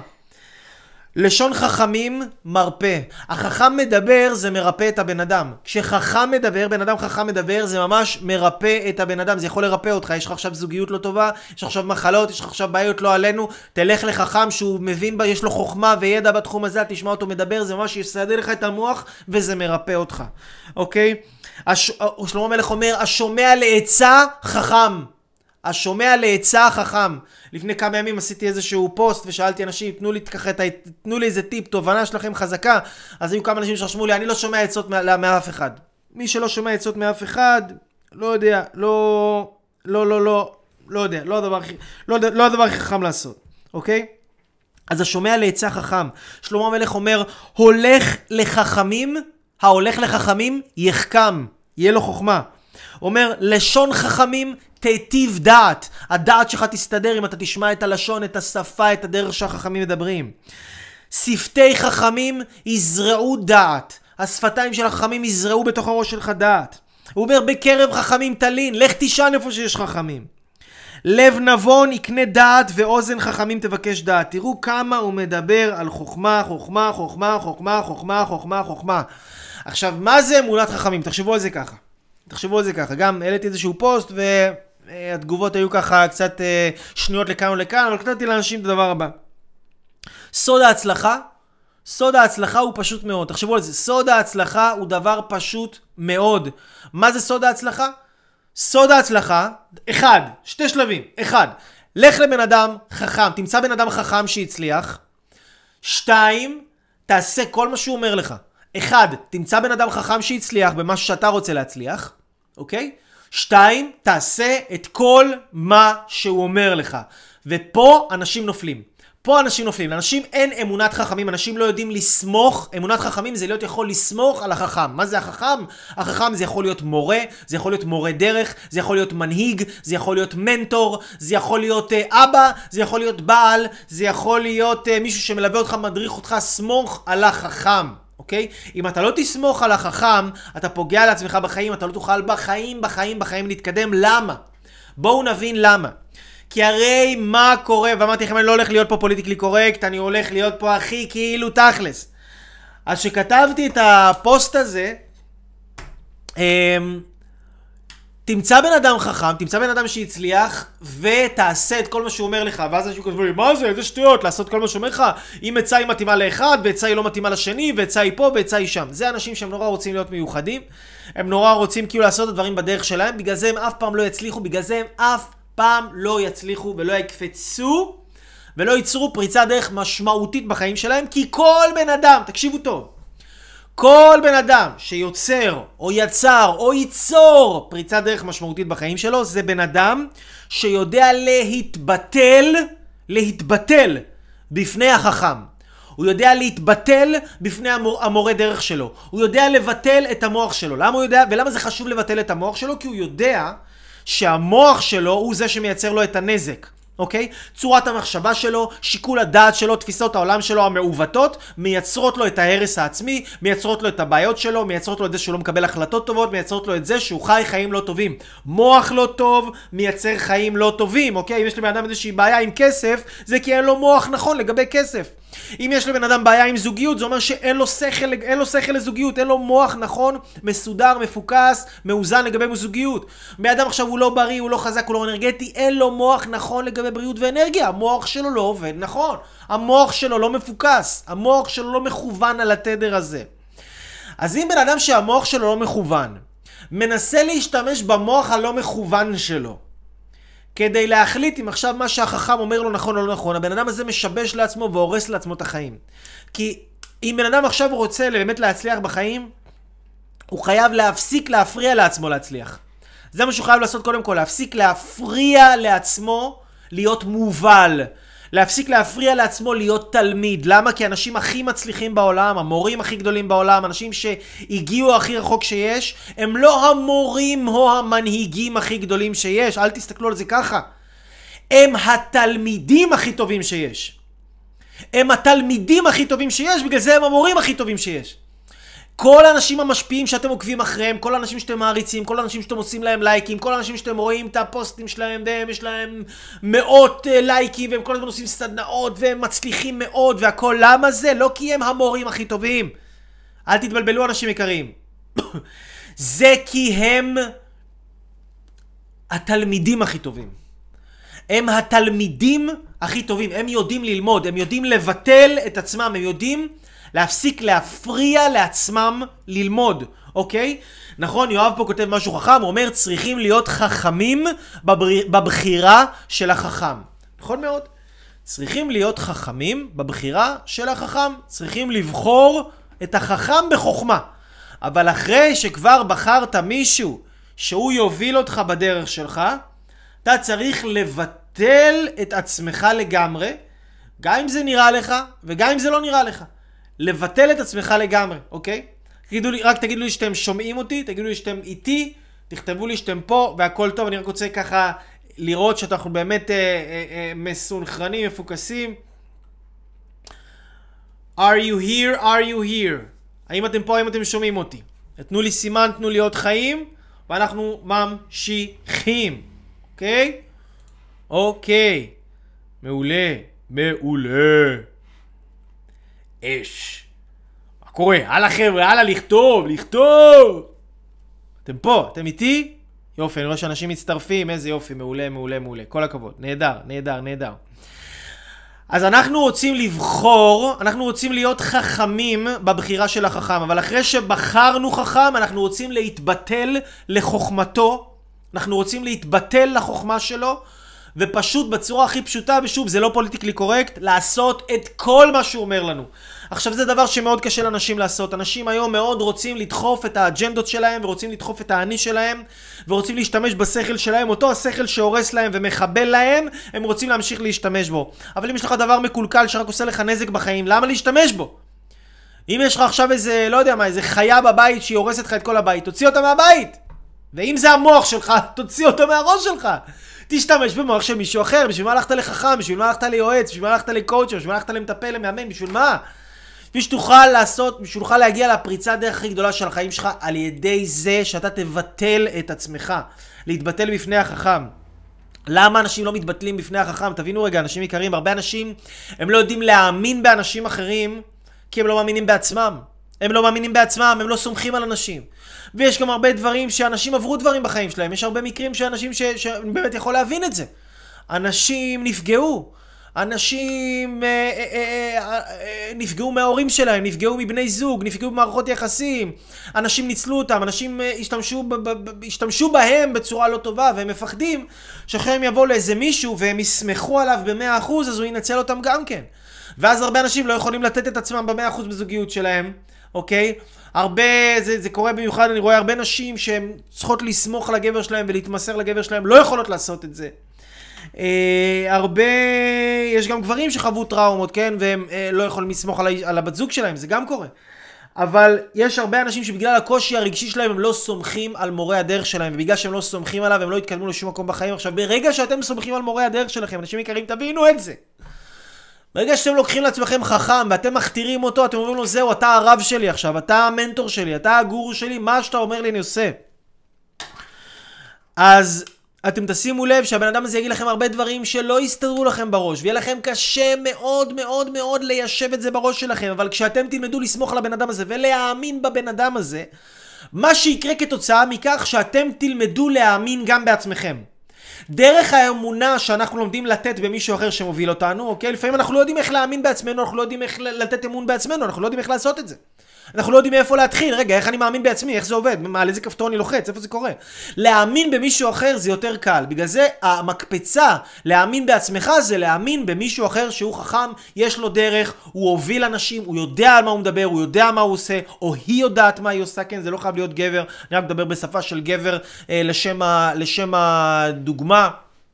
לשון חכמים מרפא. החכם מדבר זה מרפא את הבן אדם. כשחכם מדבר, בן אדם חכם מדבר, זה ממש מרפא את הבן אדם. זה יכול לרפא אותך. יש לך עכשיו זוגיות לא טובה, יש לך עכשיו מחלות, יש לך עכשיו בעיות לא עלינו. תלך לחכם שהוא מבין בה, יש לו חוכמה וידע בתחום הזה, תשמע אותו מדבר, זה ממש יסדר לך את המוח וזה מרפא אותך. אוקיי? הש... שלמה המלך אומר, השומע לעצה חכם. השומע לעצה חכם. לפני כמה ימים עשיתי איזשהו פוסט ושאלתי אנשים, תנו לי, תנו לי איזה טיפ, תובנה שלכם חזקה. אז היו כמה אנשים שרשמו לי, אני לא שומע עצות מאף אחד. מי שלא שומע עצות מאף אחד, לא יודע, לא, לא, לא, לא, לא יודע, לא הדבר הכי, לא, לא הדבר הכי חכם לעשות, אוקיי? אז השומע לעצה חכם. שלמה המלך אומר, הולך לחכמים, ההולך לחכמים יחכם, יהיה לו חוכמה. אומר, לשון חכמים תיטיב דעת. הדעת שלך תסתדר אם אתה תשמע את הלשון, את השפה, את הדרך שהחכמים מדברים. שפתי חכמים יזרעו דעת. השפתיים של החכמים יזרעו בתוך הראש שלך דעת. הוא אומר, בקרב חכמים תלין, לך תישן איפה שיש חכמים. לב נבון יקנה דעת ואוזן חכמים תבקש דעת. תראו כמה הוא מדבר על חוכמה, חוכמה, חוכמה, חוכמה, חוכמה, חוכמה, חוכמה. עכשיו, מה זה אמונת חכמים? תחשבו על זה ככה. תחשבו על זה ככה. גם העליתי איזשהו פוסט והתגובות היו ככה קצת שניות לכאן ולכאן, אבל כתבתי לאנשים את הדבר הבא. סוד ההצלחה, סוד ההצלחה הוא פשוט מאוד. תחשבו על זה. סוד ההצלחה הוא דבר פשוט מאוד. מה זה סוד ההצלחה? סוד ההצלחה, אחד, שתי שלבים. אחד, לך לבן אדם חכם, תמצא בן אדם חכם שהצליח. שתיים, תעשה כל מה שהוא אומר לך. אחד, תמצא בן אדם חכם שהצליח במה שאתה רוצה להצליח, אוקיי? שתיים, תעשה את כל מה שהוא אומר לך. ופה אנשים נופלים. פה אנשים נופלים. לאנשים אין אמונת חכמים, אנשים לא יודעים לסמוך. אמונת חכמים זה להיות יכול לסמוך על החכם. מה זה החכם? החכם זה יכול להיות מורה, זה יכול להיות מורה דרך, זה יכול להיות מנהיג, זה יכול להיות מנטור, זה יכול להיות uh, אבא, זה יכול להיות בעל, זה יכול להיות uh, מישהו שמלווה אותך, מדריך אותך, סמוך על החכם. אוקיי? אם אתה לא תסמוך על החכם, אתה פוגע לעצמך בחיים, אתה לא תוכל בחיים, בחיים, בחיים להתקדם. למה? בואו נבין למה. כי הרי מה קורה, ואמרתי לכם, אני לא הולך להיות פה פוליטיקלי קורקט, אני הולך להיות פה הכי כאילו תכלס. אז שכתבתי את הפוסט הזה, תמצא בן אדם חכם, תמצא בן אדם שהצליח, ותעשה את כל מה שהוא אומר לך. ואז אנשים כותבו לי, מה זה? איזה שטויות, לעשות כל מה שהוא אומר לך? אם עצה היא מתאימה לאחד, ועצה היא לא מתאימה לשני, ועצה היא פה, ועצה היא שם. זה אנשים שהם נורא רוצים להיות מיוחדים, הם נורא רוצים כאילו לעשות את הדברים בדרך שלהם, בגלל זה הם אף פעם לא יצליחו, בגלל זה הם אף פעם לא יצליחו ולא יקפצו, ולא ייצרו פריצה דרך משמעותית בחיים שלהם, כי כל בן אדם, תקשיבו טוב, כל בן אדם שיוצר או יצר או ייצור פריצת דרך משמעותית בחיים שלו, זה בן אדם שיודע להתבטל, להתבטל בפני החכם. הוא יודע להתבטל בפני המור, המורה דרך שלו. הוא יודע לבטל את המוח שלו. למה הוא יודע? ולמה זה חשוב לבטל את המוח שלו? כי הוא יודע שהמוח שלו הוא זה שמייצר לו את הנזק. אוקיי? צורת המחשבה שלו, שיקול הדעת שלו, תפיסות העולם שלו המעוותות, מייצרות לו את ההרס העצמי, מייצרות לו את הבעיות שלו, מייצרות לו את זה שהוא לא מקבל החלטות טובות, מייצרות לו את זה שהוא חי חיים לא טובים. מוח לא טוב מייצר חיים לא טובים, אוקיי? אם יש לבן אדם איזושהי בעיה עם כסף, זה כי אין לו מוח נכון לגבי כסף. אם יש לבן אדם בעיה עם זוגיות, זה אומר שאין לו שכל, אין לו שכל לזוגיות, אין לו מוח נכון, מסודר, מפוקס, מאוזן לגבי זוגיות. בן אדם עכשיו הוא לא בריא, הוא לא חזק, הוא לא אנרגטי, אין לו מוח נכון לגבי בריאות ואנרגיה. המוח שלו לא עובד נכון. המוח שלו לא מפוקס. המוח שלו לא מכוון על התדר הזה. אז אם בן אדם שהמוח שלו לא מכוון, מנסה להשתמש במוח הלא מכוון שלו, כדי להחליט אם עכשיו מה שהחכם אומר לו נכון או לא נכון, הבן אדם הזה משבש לעצמו והורס לעצמו את החיים. כי אם בן אדם עכשיו רוצה באמת להצליח בחיים, הוא חייב להפסיק להפריע לעצמו להצליח. זה מה שהוא חייב לעשות קודם כל, להפסיק להפריע לעצמו להיות מובל. להפסיק להפריע לעצמו להיות תלמיד. למה? כי אנשים הכי מצליחים בעולם, המורים הכי גדולים בעולם, אנשים שהגיעו הכי רחוק שיש, הם לא המורים או המנהיגים הכי גדולים שיש. אל תסתכלו על זה ככה. הם התלמידים הכי טובים שיש. הם התלמידים הכי טובים שיש, בגלל זה הם המורים הכי טובים שיש. כל האנשים המשפיעים שאתם עוקבים אחריהם, כל האנשים שאתם מעריצים, כל האנשים שאתם עושים להם לייקים, כל האנשים שאתם רואים את הפוסטים שלהם, והם יש להם מאות לייקים, והם כל הזמן עושים סדנאות, והם מצליחים מאוד, והכל. למה זה? לא כי הם המורים הכי טובים. אל תתבלבלו אנשים יקרים. זה כי הם התלמידים הכי טובים. הם התלמידים הכי טובים. הם יודעים ללמוד, הם יודעים לבטל את עצמם, הם יודעים להפסיק להפריע לעצמם ללמוד, אוקיי? נכון, יואב פה כותב משהו חכם, הוא אומר צריכים להיות חכמים בבר... בבחירה של החכם. נכון מאוד? צריכים להיות חכמים בבחירה של החכם. צריכים לבחור את החכם בחוכמה. אבל אחרי שכבר בחרת מישהו שהוא יוביל אותך בדרך שלך, אתה צריך לבטל את עצמך לגמרי, גם אם זה נראה לך וגם אם זה לא נראה לך. לבטל את עצמך לגמרי, אוקיי? תגידו לי, רק תגידו לי שאתם שומעים אותי, תגידו לי שאתם איתי, תכתבו לי שאתם פה והכל טוב. אני רק רוצה ככה לראות שאנחנו באמת אה, אה, אה, מסונכרנים, מפוקסים. Are you here? Are you here? האם אתם פה? האם אתם שומעים אותי? תנו לי סימן, תנו לי עוד חיים, ואנחנו ממשיכים. אוקיי? אוקיי. מעולה. מעולה. אש. מה קורה? הלאה חבר'ה, הלאה לכתוב, לכתוב. אתם פה, אתם איתי? יופי, אני רואה שאנשים מצטרפים, איזה יופי, מעולה, מעולה, מעולה. כל הכבוד. נהדר, נהדר, נהדר. אז אנחנו רוצים לבחור, אנחנו רוצים להיות חכמים בבחירה של החכם, אבל אחרי שבחרנו חכם, אנחנו רוצים להתבטל לחוכמתו, אנחנו רוצים להתבטל לחוכמה שלו, ופשוט בצורה הכי פשוטה, ושוב, זה לא פוליטיקלי קורקט, לעשות את כל מה שהוא אומר לנו. עכשיו זה דבר שמאוד קשה לאנשים לעשות. אנשים היום מאוד רוצים לדחוף את האג'נדות שלהם, ורוצים לדחוף את האני שלהם, ורוצים להשתמש בשכל שלהם, אותו השכל שהורס להם ומחבל להם, הם רוצים להמשיך להשתמש בו. אבל אם יש לך דבר מקולקל שרק עושה לך נזק בחיים, למה להשתמש בו? אם יש לך עכשיו איזה, לא יודע מה, איזה חיה בבית שהיא הורסת לך את כל הבית, תוציא אותה מהבית. ואם זה המוח שלך, תוציא אותו מהראש שלך. תשתמש במוח של מישהו אחר. בשביל מה הלכת לחכם? בשביל מה הלכת ליועץ? בשביל מה הלכת לקואוצ'ר? בשביל מה הלכת למטפל, למאמן? בשביל מה? בשביל שתוכל לעשות, בשביל שתוכל להגיע לפריצה דרך הכי גדולה של החיים שלך, על ידי זה שאתה תבטל את עצמך. להתבטל בפני החכם. למה אנשים לא מתבטלים בפני החכם? תבינו רגע, אנשים יקרים, הרבה אנשים, הם לא יודעים להאמין באנשים אחרים, כי הם לא מאמינים בעצמם. הם לא מאמינים בעצמם, הם לא סומכים על אנשים. ויש גם הרבה דברים שאנשים עברו דברים בחיים שלהם. יש הרבה מקרים שאנשים ש... שבאמת יכול להבין את זה. אנשים נפגעו. אנשים אה, אה, אה, אה, נפגעו מההורים שלהם, נפגעו מבני זוג, נפגעו במערכות יחסים. אנשים ניצלו אותם, אנשים אה, השתמשו, ב, ב, ב, השתמשו בהם בצורה לא טובה, והם מפחדים שאחרי הם יבואו לאיזה מישהו והם יסמכו עליו ב-מאה אחוז, אז הוא ינצל אותם גם כן. ואז הרבה אנשים לא יכולים לתת את עצמם ב-מאה אחוז בזוגיות שלהם. אוקיי? הרבה, זה, זה קורה במיוחד, אני רואה הרבה נשים שהן צריכות לסמוך על הגבר שלהם ולהתמסר לגבר שלהם, לא יכולות לעשות את זה. אה, הרבה, יש גם גברים שחוו טראומות, כן? והם אה, לא יכולים לסמוך על, על הבת זוג שלהם, זה גם קורה. אבל יש הרבה אנשים שבגלל הקושי הרגשי שלהם הם לא סומכים על מורה הדרך שלהם, ובגלל שהם לא סומכים עליו הם לא יתקדמו לשום מקום בחיים. עכשיו, ברגע שאתם סומכים על מורה הדרך שלכם, אנשים יקרים, תבינו את זה. ברגע שאתם לוקחים לעצמכם חכם ואתם מכתירים אותו, אתם אומרים לו, זהו, אתה הרב שלי עכשיו, אתה המנטור שלי, אתה הגורו שלי, מה שאתה אומר לי אני עושה. אז אתם תשימו לב שהבן אדם הזה יגיד לכם הרבה דברים שלא יסתדרו לכם בראש, ויהיה לכם קשה מאוד מאוד מאוד ליישב את זה בראש שלכם, אבל כשאתם תלמדו לסמוך על הבן אדם הזה ולהאמין בבן אדם הזה, מה שיקרה כתוצאה מכך שאתם תלמדו להאמין גם בעצמכם. דרך האמונה שאנחנו לומדים לתת במישהו אחר שמוביל אותנו, אוקיי? לפעמים אנחנו לא יודעים איך להאמין בעצמנו, אנחנו לא יודעים איך לתת אמון בעצמנו, אנחנו לא יודעים איך לעשות את זה. אנחנו לא יודעים מאיפה להתחיל. רגע, איך אני מאמין בעצמי? איך זה עובד? על איזה כפתור אני לוחץ? איפה זה קורה? להאמין במישהו אחר זה יותר קל. בגלל זה המקפצה להאמין בעצמך זה להאמין במישהו אחר שהוא חכם, יש לו דרך, הוא הוביל אנשים, הוא יודע על מה הוא מדבר, הוא יודע מה הוא עושה, או היא יודעת מה היא עושה. כן, זה לא חייב להיות גבר. אני רק מדבר בשפה של גבר אה, לשם, ה, לשם הדוגמה.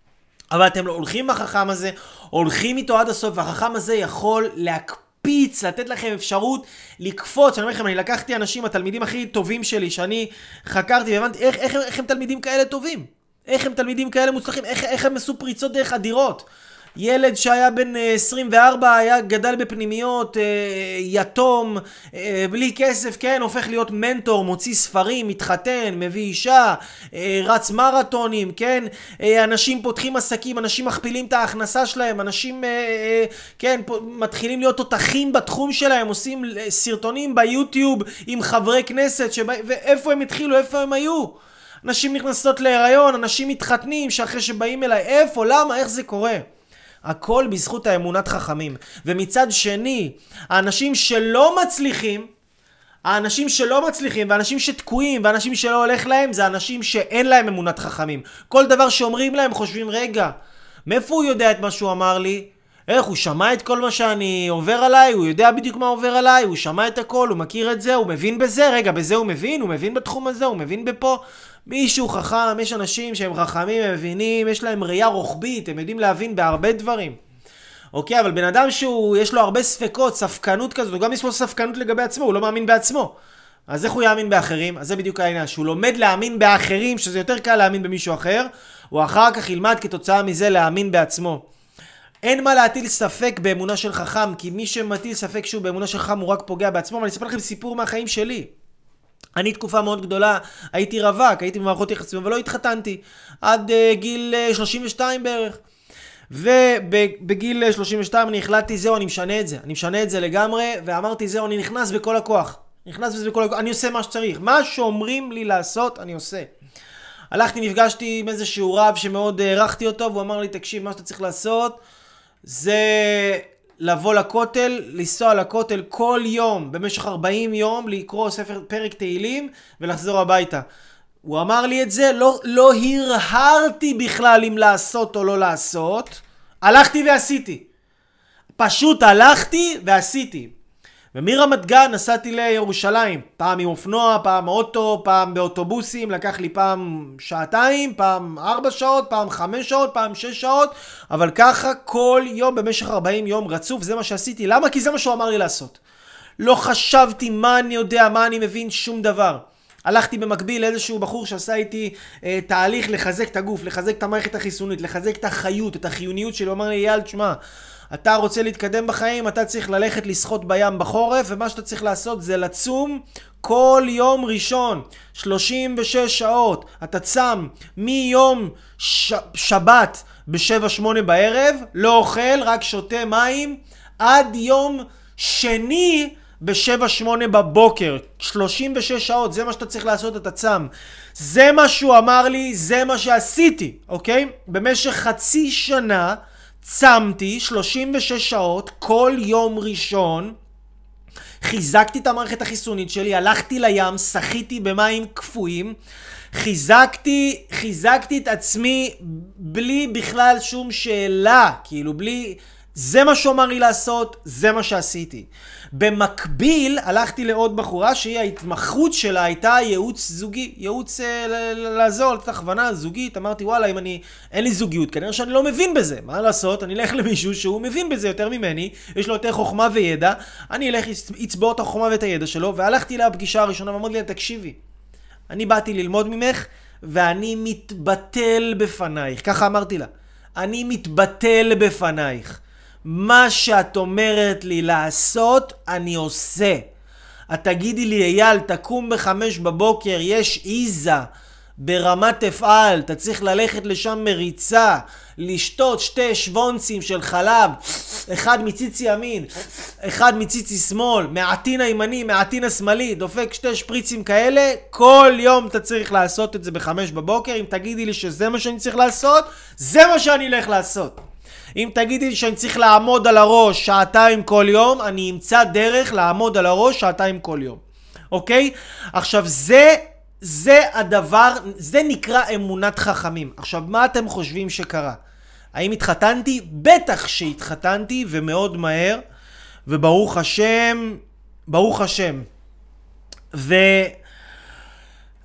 אבל אתם לא הולכים עם החכם הזה, הולכים איתו עד הסוף, והחכם הזה יכול להקפיץ, לתת לכם אפשרות לקפוץ. אני אומר לכם, אני לקחתי אנשים, התלמידים הכי טובים שלי, שאני חקרתי והבנתי איך, איך, איך הם תלמידים כאלה טובים, איך הם תלמידים כאלה מוצלחים, איך, איך הם עשו פריצות דרך אדירות. ילד שהיה בן עשרים וארבע, היה גדל בפנימיות, יתום, בלי כסף, כן, הופך להיות מנטור, מוציא ספרים, מתחתן, מביא אישה, רץ מרתונים, כן, אנשים פותחים עסקים, אנשים מכפילים את ההכנסה שלהם, אנשים, כן, מתחילים להיות תותחים בתחום שלהם, עושים סרטונים ביוטיוב עם חברי כנסת, שבא... ואיפה הם התחילו, איפה הם היו? אנשים נכנסות להיריון, אנשים מתחתנים, שאחרי שבאים אליי, איפה, למה, איך זה קורה? הכל בזכות האמונת חכמים. ומצד שני, האנשים שלא מצליחים, האנשים שלא מצליחים, ואנשים שתקועים, ואנשים שלא הולך להם, זה אנשים שאין להם אמונת חכמים. כל דבר שאומרים להם חושבים, רגע, מאיפה הוא יודע את מה שהוא אמר לי? איך, הוא שמע את כל מה שאני עובר עליי? הוא יודע בדיוק מה עובר עליי? הוא שמע את הכל, הוא מכיר את זה, הוא מבין בזה? רגע, בזה הוא מבין? הוא מבין בתחום הזה? הוא מבין בפה? מישהו חכם, יש אנשים שהם חכמים, הם מבינים, יש להם ראייה רוחבית, הם יודעים להבין בהרבה דברים. אוקיי, אבל בן אדם שהוא, יש לו הרבה ספקות, ספקנות כזאת, הוא גם יש לו ספקנות לגבי עצמו, הוא לא מאמין בעצמו. אז איך הוא יאמין באחרים? אז זה בדיוק העניין, שהוא לומד להאמין באחרים, שזה יותר קל להאמין במישהו אחר, הוא אחר כך ילמד כתוצאה מזה להאמין בעצמו. אין מה להטיל ספק באמונה של חכם, כי מי שמטיל ספק שהוא באמונה של חכם הוא רק פוגע בעצמו. אבל אני אספר לכם סיפור מהחיים שלי. אני תקופה מאוד גדולה, הייתי רווק, הייתי במערכות יחסים, אבל לא התחתנתי. עד uh, גיל uh, שלושים ושתיים בערך. ובגיל שלושים ושתיים אני החלטתי, זהו, אני משנה את זה. אני משנה את זה לגמרי, ואמרתי, זהו, אני נכנס בכל הכוח. נכנס בזה בכל הכוח, אני עושה מה שצריך. מה שאומרים לי לעשות, אני עושה. הלכתי, נפגשתי עם איזשהו רב שמאוד הערכתי אותו, והוא אמר לי, תקשיב, מה שאתה צריך לעשות, זה לבוא לכותל, לנסוע לכותל כל יום, במשך ארבעים יום, לקרוא ספר פרק תהילים, ולחזור הביתה. הוא אמר לי את זה, לא, לא הרהרתי בכלל אם לעשות או לא לעשות, הלכתי ועשיתי. פשוט הלכתי ועשיתי. ומרמת גן נסעתי לירושלים, פעם עם אופנוע, פעם אוטו, פעם באוטובוסים, לקח לי פעם שעתיים, פעם ארבע שעות, פעם חמש שעות, פעם שש שעות, אבל ככה כל יום במשך ארבעים יום רצוף, זה מה שעשיתי. למה? כי זה מה שהוא אמר לי לעשות. לא חשבתי מה אני יודע, מה אני מבין, שום דבר. הלכתי במקביל לאיזשהו בחור שעשה איתי אה, תהליך לחזק את הגוף, לחזק את המערכת החיסונית, לחזק את החיות, את החיוניות שלו. הוא אמר לי, אייל, תשמע, אתה רוצה להתקדם בחיים, אתה צריך ללכת לשחות בים בחורף, ומה שאתה צריך לעשות זה לצום כל יום ראשון, שלושים ושש שעות. אתה צם מיום ש... שבת בשבע שמונה בערב, לא אוכל, רק שותה מים, עד יום שני בשבע שמונה בבוקר, שלושים ושש שעות, זה מה שאתה צריך לעשות, אתה צם. זה מה שהוא אמר לי, זה מה שעשיתי, אוקיי? במשך חצי שנה, צמתי שלושים ושש שעות כל יום ראשון, חיזקתי את המערכת החיסונית שלי, הלכתי לים, שחיתי במים קפואים, חיזקתי, חיזקתי את עצמי בלי בכלל שום שאלה, כאילו בלי, זה מה שאומר לי לעשות, זה מה שעשיתי. במקביל הלכתי לעוד בחורה שהיא ההתמחות שלה הייתה ייעוץ זוגי, ייעוץ אה, לעזור, לתת הכוונה זוגית. אמרתי וואלה, אם אני, אין לי זוגיות, כנראה שאני לא מבין בזה, מה לעשות? אני אלך למישהו שהוא מבין בזה יותר ממני, יש לו יותר חוכמה וידע, אני אלך יצבור את החוכמה ואת הידע שלו. והלכתי לפגישה הראשונה ואמרתי לה, תקשיבי, אני באתי ללמוד ממך ואני מתבטל בפנייך, ככה אמרתי לה, אני מתבטל בפנייך, מה שאת אומרת לי לעשות, אני עושה. את תגידי לי, אייל, תקום בחמש בבוקר, יש איזה ברמת אפעל, אתה צריך ללכת לשם מריצה, לשתות שתי שוונצים של חלב, אחד מציצי ימין, אחד מציצי שמאל, מעטין הימני, מעטין השמאלי, דופק שתי שפריצים כאלה, כל יום אתה צריך לעשות את זה בחמש בבוקר. אם תגידי לי שזה מה שאני צריך לעשות, זה מה שאני אלך לעשות. אם תגידי שאני צריך לעמוד על הראש שעתיים כל יום, אני אמצא דרך לעמוד על הראש שעתיים כל יום. אוקיי? עכשיו זה, זה הדבר, זה נקרא אמונת חכמים. עכשיו מה אתם חושבים שקרה? האם התחתנתי? בטח שהתחתנתי ומאוד מהר, וברוך השם, ברוך השם. ו...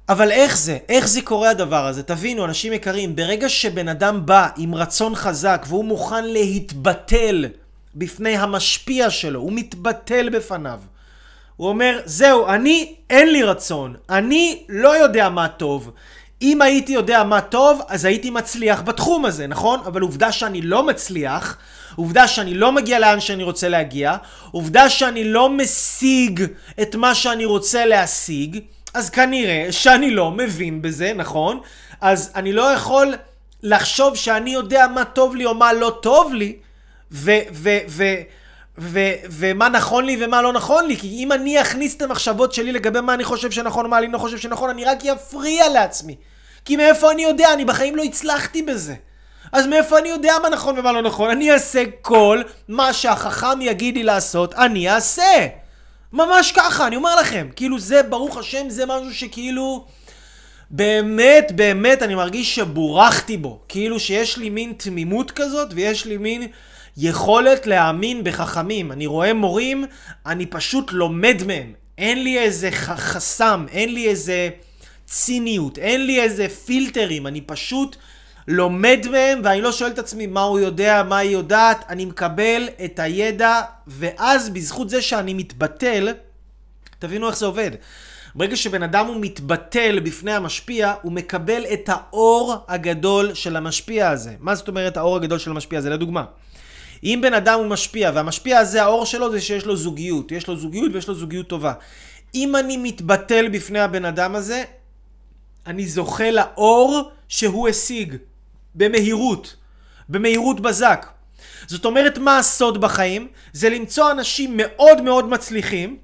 אבל איך זה? איך זה קורה הדבר הזה? תבינו, אנשים יקרים, ברגע שבן אדם בא עם רצון חזק והוא מוכן להתבטל בפני המשפיע שלו, הוא מתבטל בפניו. הוא אומר, זהו, אני, אין לי רצון, אני לא יודע מה טוב. אם הייתי יודע מה טוב, אז הייתי מצליח בתחום הזה, נכון? אבל עובדה שאני לא מצליח, עובדה שאני לא מגיע לאן שאני רוצה להגיע, עובדה שאני לא משיג את מה שאני רוצה להשיג, אז כנראה שאני לא מבין בזה, נכון? אז אני לא יכול לחשוב שאני יודע מה טוב לי או מה לא טוב לי, ו... ו... ו... ו- ומה נכון לי ומה לא נכון לי, כי אם אני אכניס את המחשבות שלי לגבי מה אני חושב שנכון ומה אני לא חושב שנכון, אני רק יפריע לעצמי. כי מאיפה אני יודע? אני בחיים לא הצלחתי בזה. אז מאיפה אני יודע מה נכון ומה לא נכון? אני אעשה כל מה שהחכם יגיד לי לעשות, אני אעשה. ממש ככה, אני אומר לכם. כאילו זה, ברוך השם, זה משהו שכאילו באמת, באמת אני מרגיש שבורחתי בו. כאילו שיש לי מין תמימות כזאת ויש לי מין יכולת להאמין בחכמים. אני רואה מורים, אני פשוט לומד מהם. אין לי איזה חסם, אין לי איזה ציניות, אין לי איזה פילטרים. אני פשוט לומד מהם ואני לא שואל את עצמי מה הוא יודע, מה היא יודעת. אני מקבל את הידע, ואז בזכות זה שאני מתבטל, תבינו איך זה עובד. ברגע שבן אדם הוא מתבטל בפני המשפיע, הוא מקבל את האור הגדול של המשפיע הזה. מה זאת אומרת האור הגדול של המשפיע הזה? לדוגמה, אם בן אדם הוא משפיע, והמשפיע הזה, האור שלו זה שיש לו זוגיות. יש לו זוגיות ויש לו זוגיות טובה. אם אני מתבטל בפני הבן אדם הזה, אני זוכה לאור שהוא השיג. במהירות. במהירות בזק. זאת אומרת, מה הסוד בחיים? זה למצוא אנשים מאוד מאוד מצליחים,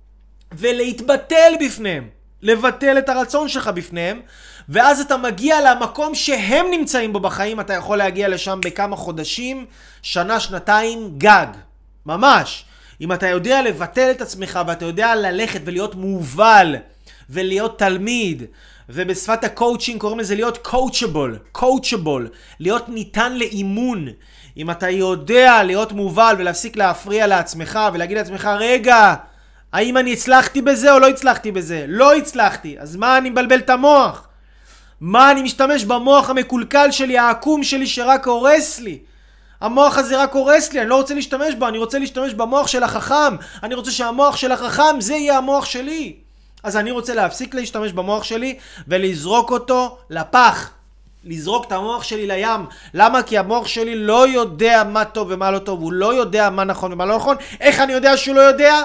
ולהתבטל בפניהם. לבטל את הרצון שלך בפניהם, ואז אתה מגיע למקום שהם נמצאים בו בחיים. אתה יכול להגיע לשם בכמה חודשים, שנה, שנתיים, גג. ממש. אם אתה יודע לבטל את עצמך, ואתה יודע ללכת ולהיות מובל, ולהיות תלמיד, ובשפת הקואוצ'ינג קוראים לזה להיות coachable, coachable, להיות ניתן לאימון. אם אתה יודע להיות מובל ולהפסיק להפריע לעצמך, ולהגיד לעצמך, רגע, האם אני הצלחתי בזה או לא הצלחתי בזה? לא הצלחתי. אז מה אני מבלבל את המוח? מה אני משתמש במוח המקולקל שלי, העקום שלי שרק הורס לי? המוח הזה רק הורס לי, אני לא רוצה להשתמש בו, אני רוצה להשתמש במוח של החכם. אני רוצה שהמוח של החכם זה יהיה המוח שלי. אז אני רוצה להפסיק להשתמש במוח שלי ולזרוק אותו לפח. לזרוק את המוח שלי לים. למה? כי המוח שלי לא יודע מה טוב ומה לא טוב. הוא לא יודע מה נכון ומה לא נכון. איך אני יודע שהוא לא יודע?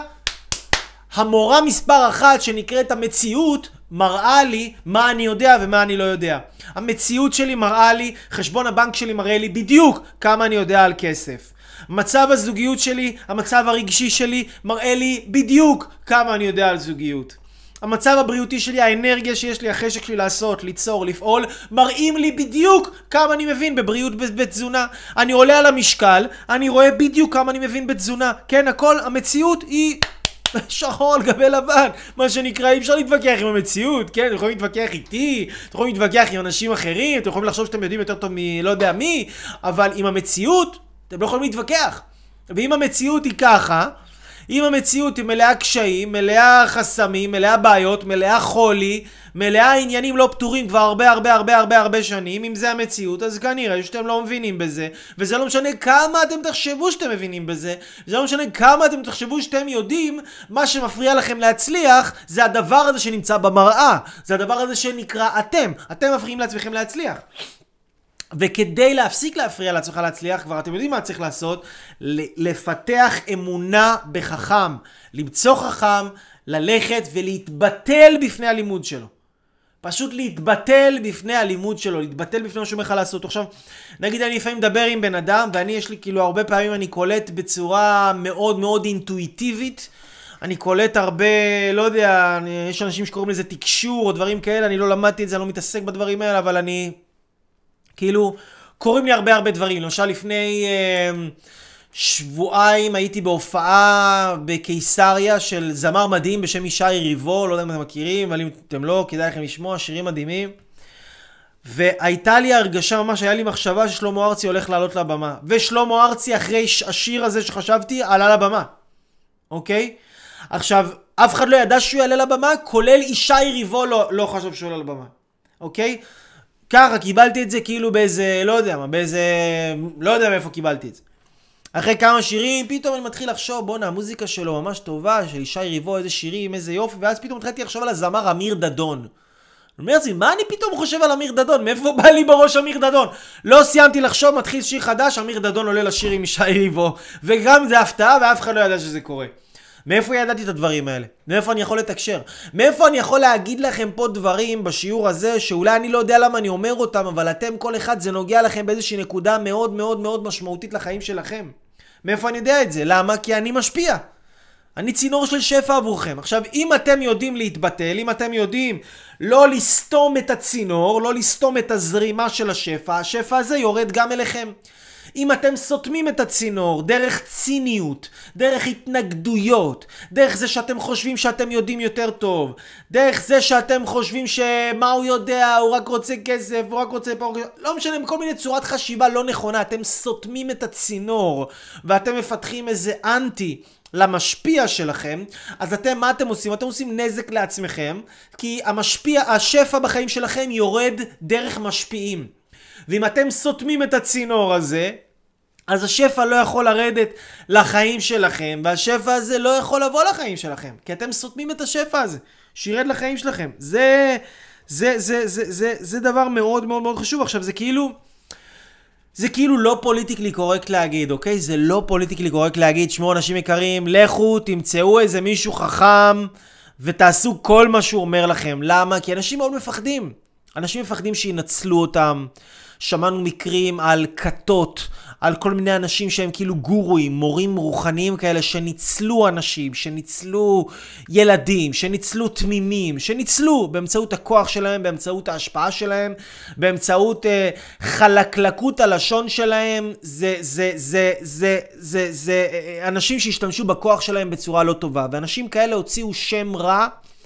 המורה מספר אחת שנקראת המציאות מראה לי מה אני יודע ומה אני לא יודע. המציאות שלי מראה לי, חשבון הבנק שלי מראה לי בדיוק כמה אני יודע על כסף. מצב הזוגיות שלי, המצב הרגשי שלי מראה לי בדיוק כמה אני יודע על זוגיות. המצב הבריאותי שלי, האנרגיה שיש לי, החשק שלי לעשות, ליצור, לפעול, מראים לי בדיוק כמה אני מבין בבריאות, בתזונה. אני עולה על המשקל, אני רואה בדיוק כמה אני מבין בתזונה. כן, הכל, המציאות היא שחור על גבי לבן, מה שנקרא. אי אפשר להתווכח עם המציאות, כן? אתם יכולים להתווכח איתי, אתם יכולים להתווכח עם אנשים אחרים, אתם יכולים לחשוב שאתם יודעים יותר טוב מלא יודע מי, אבל עם המציאות אתם לא יכולים להתווכח. ואם המציאות היא ככה, אם המציאות היא מלאה קשיים, מלאה חסמים, מלאה בעיות, מלאה חולי, מלאה עניינים לא פתורים כבר הרבה הרבה הרבה הרבה הרבה שנים, אם זה המציאות, אז כנראה שאתם לא מבינים בזה, וזה לא משנה כמה אתם תחשבו שאתם מבינים בזה, זה לא משנה כמה אתם תחשבו שאתם יודעים, מה שמפריע לכם להצליח זה הדבר הזה שנמצא במראה, זה הדבר הזה שנקרא אתם, אתם מפריעים לעצמכם להצליח. וכדי להפסיק להפריע לעצמך להצליח, כבר אתם יודעים מה צריך לעשות, לפתח אמונה בחכם, למצוא חכם, ללכת ולהתבטל בפני הלימוד שלו. פשוט להתבטל בפני הלימוד שלו, להתבטל בפני מה שאומר לך לעשות. עכשיו, נגיד אני לפעמים מדבר עם בן אדם, ואני יש לי כאילו הרבה פעמים אני קולט בצורה מאוד מאוד אינטואיטיבית, אני קולט הרבה, לא יודע, יש אנשים שקוראים לזה תקשור או דברים כאלה, אני לא למדתי את זה, אני לא מתעסק בדברים האלה, אבל אני כאילו, קוראים לי הרבה הרבה דברים. למשל לפני אה, שבועיים הייתי בהופעה בקיסריה של זמר מדהים בשם ישי ריבו, לא יודע אם אתם מכירים, אבל אם אתם לא, כדאי לכם לשמוע, שירים מדהימים. והייתה לי הרגשה ממש, היה לי מחשבה ששלמה ארצי הולך לעלות לבמה. ושלמה ארצי אחרי השיר הזה שחשבתי, עלה לבמה. אוקיי? עכשיו, אף אחד לא ידע שהוא יעלה לבמה, כולל ישי ריבו לא, לא חשב שהוא יעלה לבמה. אוקיי? ככה, קיבלתי את זה כאילו באיזה, לא יודע מה, באיזה, לא יודע מאיפה קיבלתי את זה. אחרי כמה שירים, פתאום אני מתחיל לחשוב, בונה, המוזיקה שלו ממש טובה, של ישי ריבו, איזה שירים, איזה יופי, ואז פתאום התחלתי לחשוב על הזמר אמיר דדון. אני אומר לעצמי, מה אני פתאום חושב על אמיר דדון? מאיפה בא לי בראש אמיר דדון? לא סיימתי לחשוב, מתחיל שיר חדש, אמיר דדון עולה לשיר עם ישי ריבו, וגם זה הפתעה, ואף אחד לא ידע שזה קורה. מאיפה ידעתי את הדברים האלה? מאיפה אני יכול לתקשר? מאיפה אני יכול להגיד לכם פה דברים בשיעור הזה, שאולי אני לא יודע למה אני אומר אותם, אבל אתם כל אחד זה נוגע לכם באיזושהי נקודה מאוד מאוד מאוד משמעותית לחיים שלכם. מאיפה אני יודע את זה? למה? כי אני משפיע. אני צינור של שפע עבורכם. עכשיו, אם אתם יודעים להתבטל, אם אתם יודעים לא לסתום את הצינור, לא לסתום את הזרימה של השפע, השפע הזה יורד גם אליכם. אם אתם סותמים את הצינור דרך ציניות, דרך התנגדויות, דרך זה שאתם חושבים שאתם יודעים יותר טוב, דרך זה שאתם חושבים שמה הוא יודע, הוא רק רוצה כסף, הוא רק רוצה פה, לא משנה, כל מיני צורת חשיבה לא נכונה, אתם סותמים את הצינור ואתם מפתחים איזה אנטי למשפיע שלכם, אז אתם, מה אתם עושים? אתם עושים נזק לעצמכם, כי המשפיע, השפע בחיים שלכם יורד דרך משפיעים. ואם אתם סותמים את הצינור הזה, אז השפע לא יכול לרדת לחיים שלכם, והשפע הזה לא יכול לבוא לחיים שלכם, כי אתם סותמים את השפע הזה, שירד לחיים שלכם. זה, זה, זה, זה, זה, זה דבר מאוד מאוד מאוד חשוב. עכשיו, זה כאילו, זה כאילו לא פוליטיקלי קורקט להגיד, אוקיי? זה לא פוליטיקלי קורקט להגיד, שמור אנשים יקרים, לכו, תמצאו איזה מישהו חכם, ותעשו כל מה שהוא אומר לכם. למה? כי אנשים מאוד מפחדים. אנשים מפחדים שינצלו אותם. שמענו מקרים על כתות, על כל מיני אנשים שהם כאילו גורואים, מורים רוחניים כאלה שניצלו אנשים, שניצלו ילדים, שניצלו תמימים, שניצלו באמצעות הכוח שלהם, באמצעות ההשפעה שלהם, באמצעות אה, חלקלקות הלשון שלהם. זה, זה, זה, זה, זה, זה אה, אנשים שהשתמשו בכוח שלהם בצורה לא טובה, ואנשים כאלה הוציאו שם רע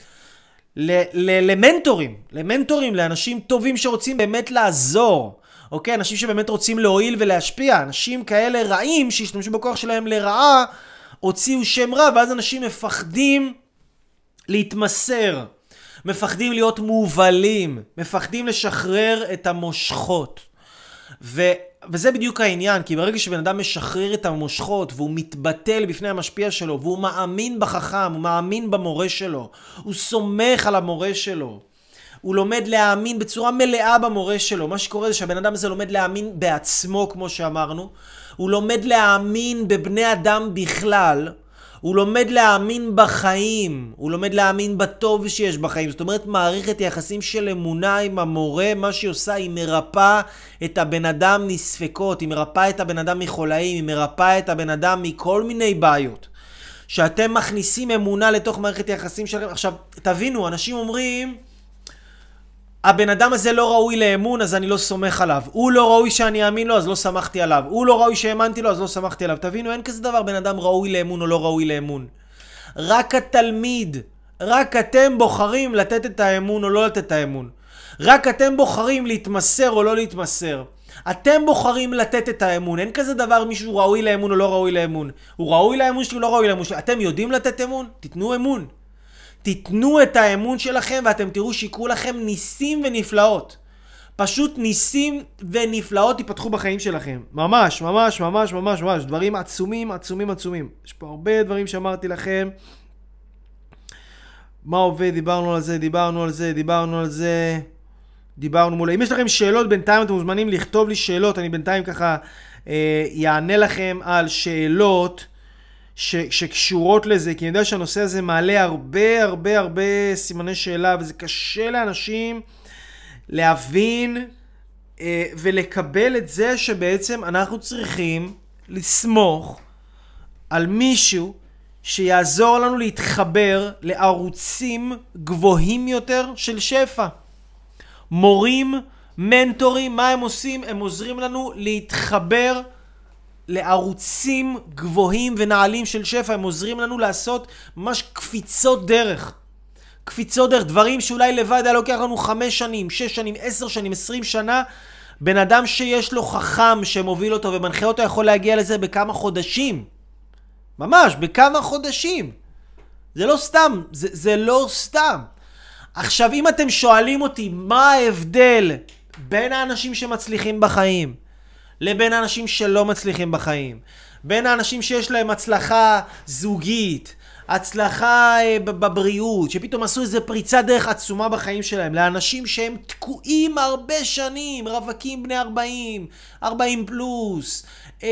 למנטורים, למנטורים, לאנשים טובים שרוצים באמת לעזור, אוקיי? אנשים שבאמת רוצים להועיל ולהשפיע. אנשים כאלה רעים שהשתמשו בכוח שלהם לרעה, הוציאו שם רע, ואז אנשים מפחדים להתמסר, מפחדים להיות מובלים, מפחדים לשחרר את המושכות. ו... וזה בדיוק העניין, כי ברגע שבן אדם משחרר את המושכות והוא מתבטל בפני המשפיע שלו, והוא מאמין בחכם, הוא מאמין במורה שלו, הוא סומך על המורה שלו, הוא לומד להאמין בצורה מלאה במורה שלו. מה שקורה זה שהבן אדם הזה לומד להאמין בעצמו, כמו שאמרנו, הוא לומד להאמין בבני אדם בכלל, הוא לומד להאמין בחיים, הוא לומד להאמין בטוב שיש בחיים. זאת אומרת, מערכת יחסים של אמונה עם המורה, מה שהיא עושה, היא מרפאה את הבן אדם מספקות, היא מרפאה את הבן אדם מחולאים, היא מרפאה את הבן אדם מכל מיני בעיות. שאתם מכניסים אמונה לתוך מערכת יחסים שלכם. עכשיו, תבינו, אנשים אומרים, הבן אדם הזה לא ראוי לאמון, אז אני לא סומך עליו. הוא לא ראוי שאני אאמין לו, אז לא סמכתי עליו. הוא לא ראוי שהאמנתי לו, אז לא סמכתי עליו. תבינו, אין כזה דבר בן אדם ראוי לאמון או לא ראוי לאמון. רק התלמיד, רק אתם בוחרים לתת את האמון או לא לתת את האמון. רק אתם בוחרים להתמסר או לא להתמסר. אתם בוחרים לתת את האמון. אין כזה דבר מישהו ראוי לאמון או לא ראוי לאמון. הוא ראוי לאמון שלי או לא ראוי לאמון שלי. אתם יודעים לתת אמון? תיתנו אמון. תיתנו את האמון שלכם ואתם תראו שיקרו לכם ניסים ונפלאות. פשוט ניסים ונפלאות ייפתחו בחיים שלכם. ממש, ממש, ממש, ממש, ממש. דברים עצומים, עצומים, עצומים. יש פה הרבה דברים שאמרתי לכם. מה עובד? דיברנו על זה, דיברנו על זה, דיברנו על זה. דיברנו מולה. אם יש לכם שאלות, בינתיים אתם מוזמנים לכתוב לי שאלות. אני בינתיים ככה אה, יענה לכם על שאלות ש, שקשורות לזה, כי אני יודע שהנושא הזה מעלה הרבה הרבה הרבה סימני שאלה, וזה קשה לאנשים להבין אה, ולקבל את זה שבעצם אנחנו צריכים לסמוך על מישהו שיעזור לנו להתחבר לערוצים גבוהים יותר של שפע. מורים, מנטורים, מה הם עושים? הם עוזרים לנו להתחבר לערוצים גבוהים ונעלים של שפע. הם עוזרים לנו לעשות ממש קפיצות דרך. קפיצות דרך, דברים שאולי לבד היה לוקח לנו חמש שנים, שש שנים, עשר שנים, עשרים שנה. בן אדם שיש לו חכם שמוביל אותו ומנחה אותו יכול להגיע לזה בכמה חודשים. ממש, בכמה חודשים. זה לא סתם, זה, זה לא סתם. עכשיו, אם אתם שואלים אותי מה ההבדל בין האנשים שמצליחים בחיים לבין האנשים שלא מצליחים בחיים, בין האנשים שיש להם הצלחה זוגית, הצלחה בבריאות, שפתאום עשו איזה פריצה דרך עצומה בחיים שלהם, לאנשים שהם תקועים הרבה שנים, רווקים בני ארבעים, ארבעים פלוס,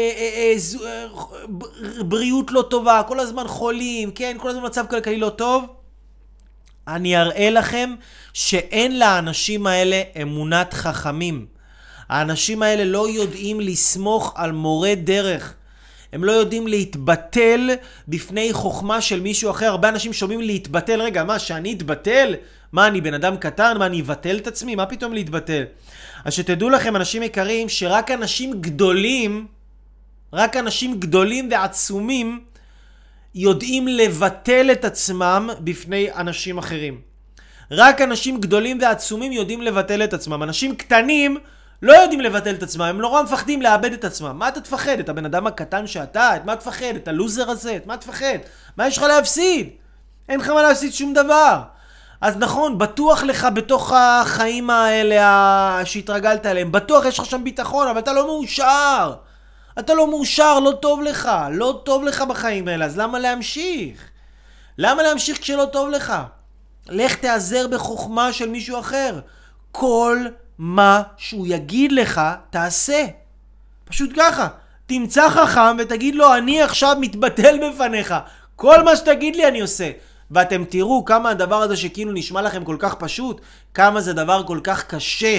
בריאות לא טובה, כל הזמן חולים, כן, כל הזמן מצב כלכלי לא טוב, אני אראה לכם שאין לאנשים האלה אמונת חכמים. האנשים האלה לא יודעים לסמוך על מורה דרך. הם לא יודעים להתבטל בפני חוכמה של מישהו אחר. הרבה אנשים שומעים להתבטל. רגע, מה, שאני אתבטל? מה, אני בן אדם קטן? מה, אני אבטל את עצמי? מה פתאום להתבטל? אז שתדעו לכם, אנשים יקרים, שרק אנשים גדולים, רק אנשים גדולים ועצומים, יודעים לבטל את עצמם בפני אנשים אחרים. רק אנשים גדולים ועצומים יודעים לבטל את עצמם. אנשים קטנים לא יודעים לבטל את עצמם, הם נורא מפחדים לאבד את עצמם. מה אתה תפחד? את הבן אדם הקטן שאתה? את מה תפחד? את הלוזר הזה? את מה תפחד? מה יש לך להפסיד? אין לך מה להפסיד שום דבר. אז נכון, בטוח לך בתוך החיים האלה שהתרגלת אליהם, בטוח יש לך שם ביטחון, אבל אתה לא מאושר. אתה לא מאושר, לא טוב לך, לא טוב לך בחיים האלה, אז למה להמשיך? למה להמשיך כשלא טוב לך? לך תעזר בחוכמה של מישהו אחר. כל מה שהוא יגיד לך, תעשה. פשוט ככה. תמצא חכם ותגיד לו, אני עכשיו מתבטל בפניך. כל מה שתגיד לי אני עושה. ואתם תראו כמה הדבר הזה שכאילו נשמע לכם כל כך פשוט, כמה זה דבר כל כך קשה.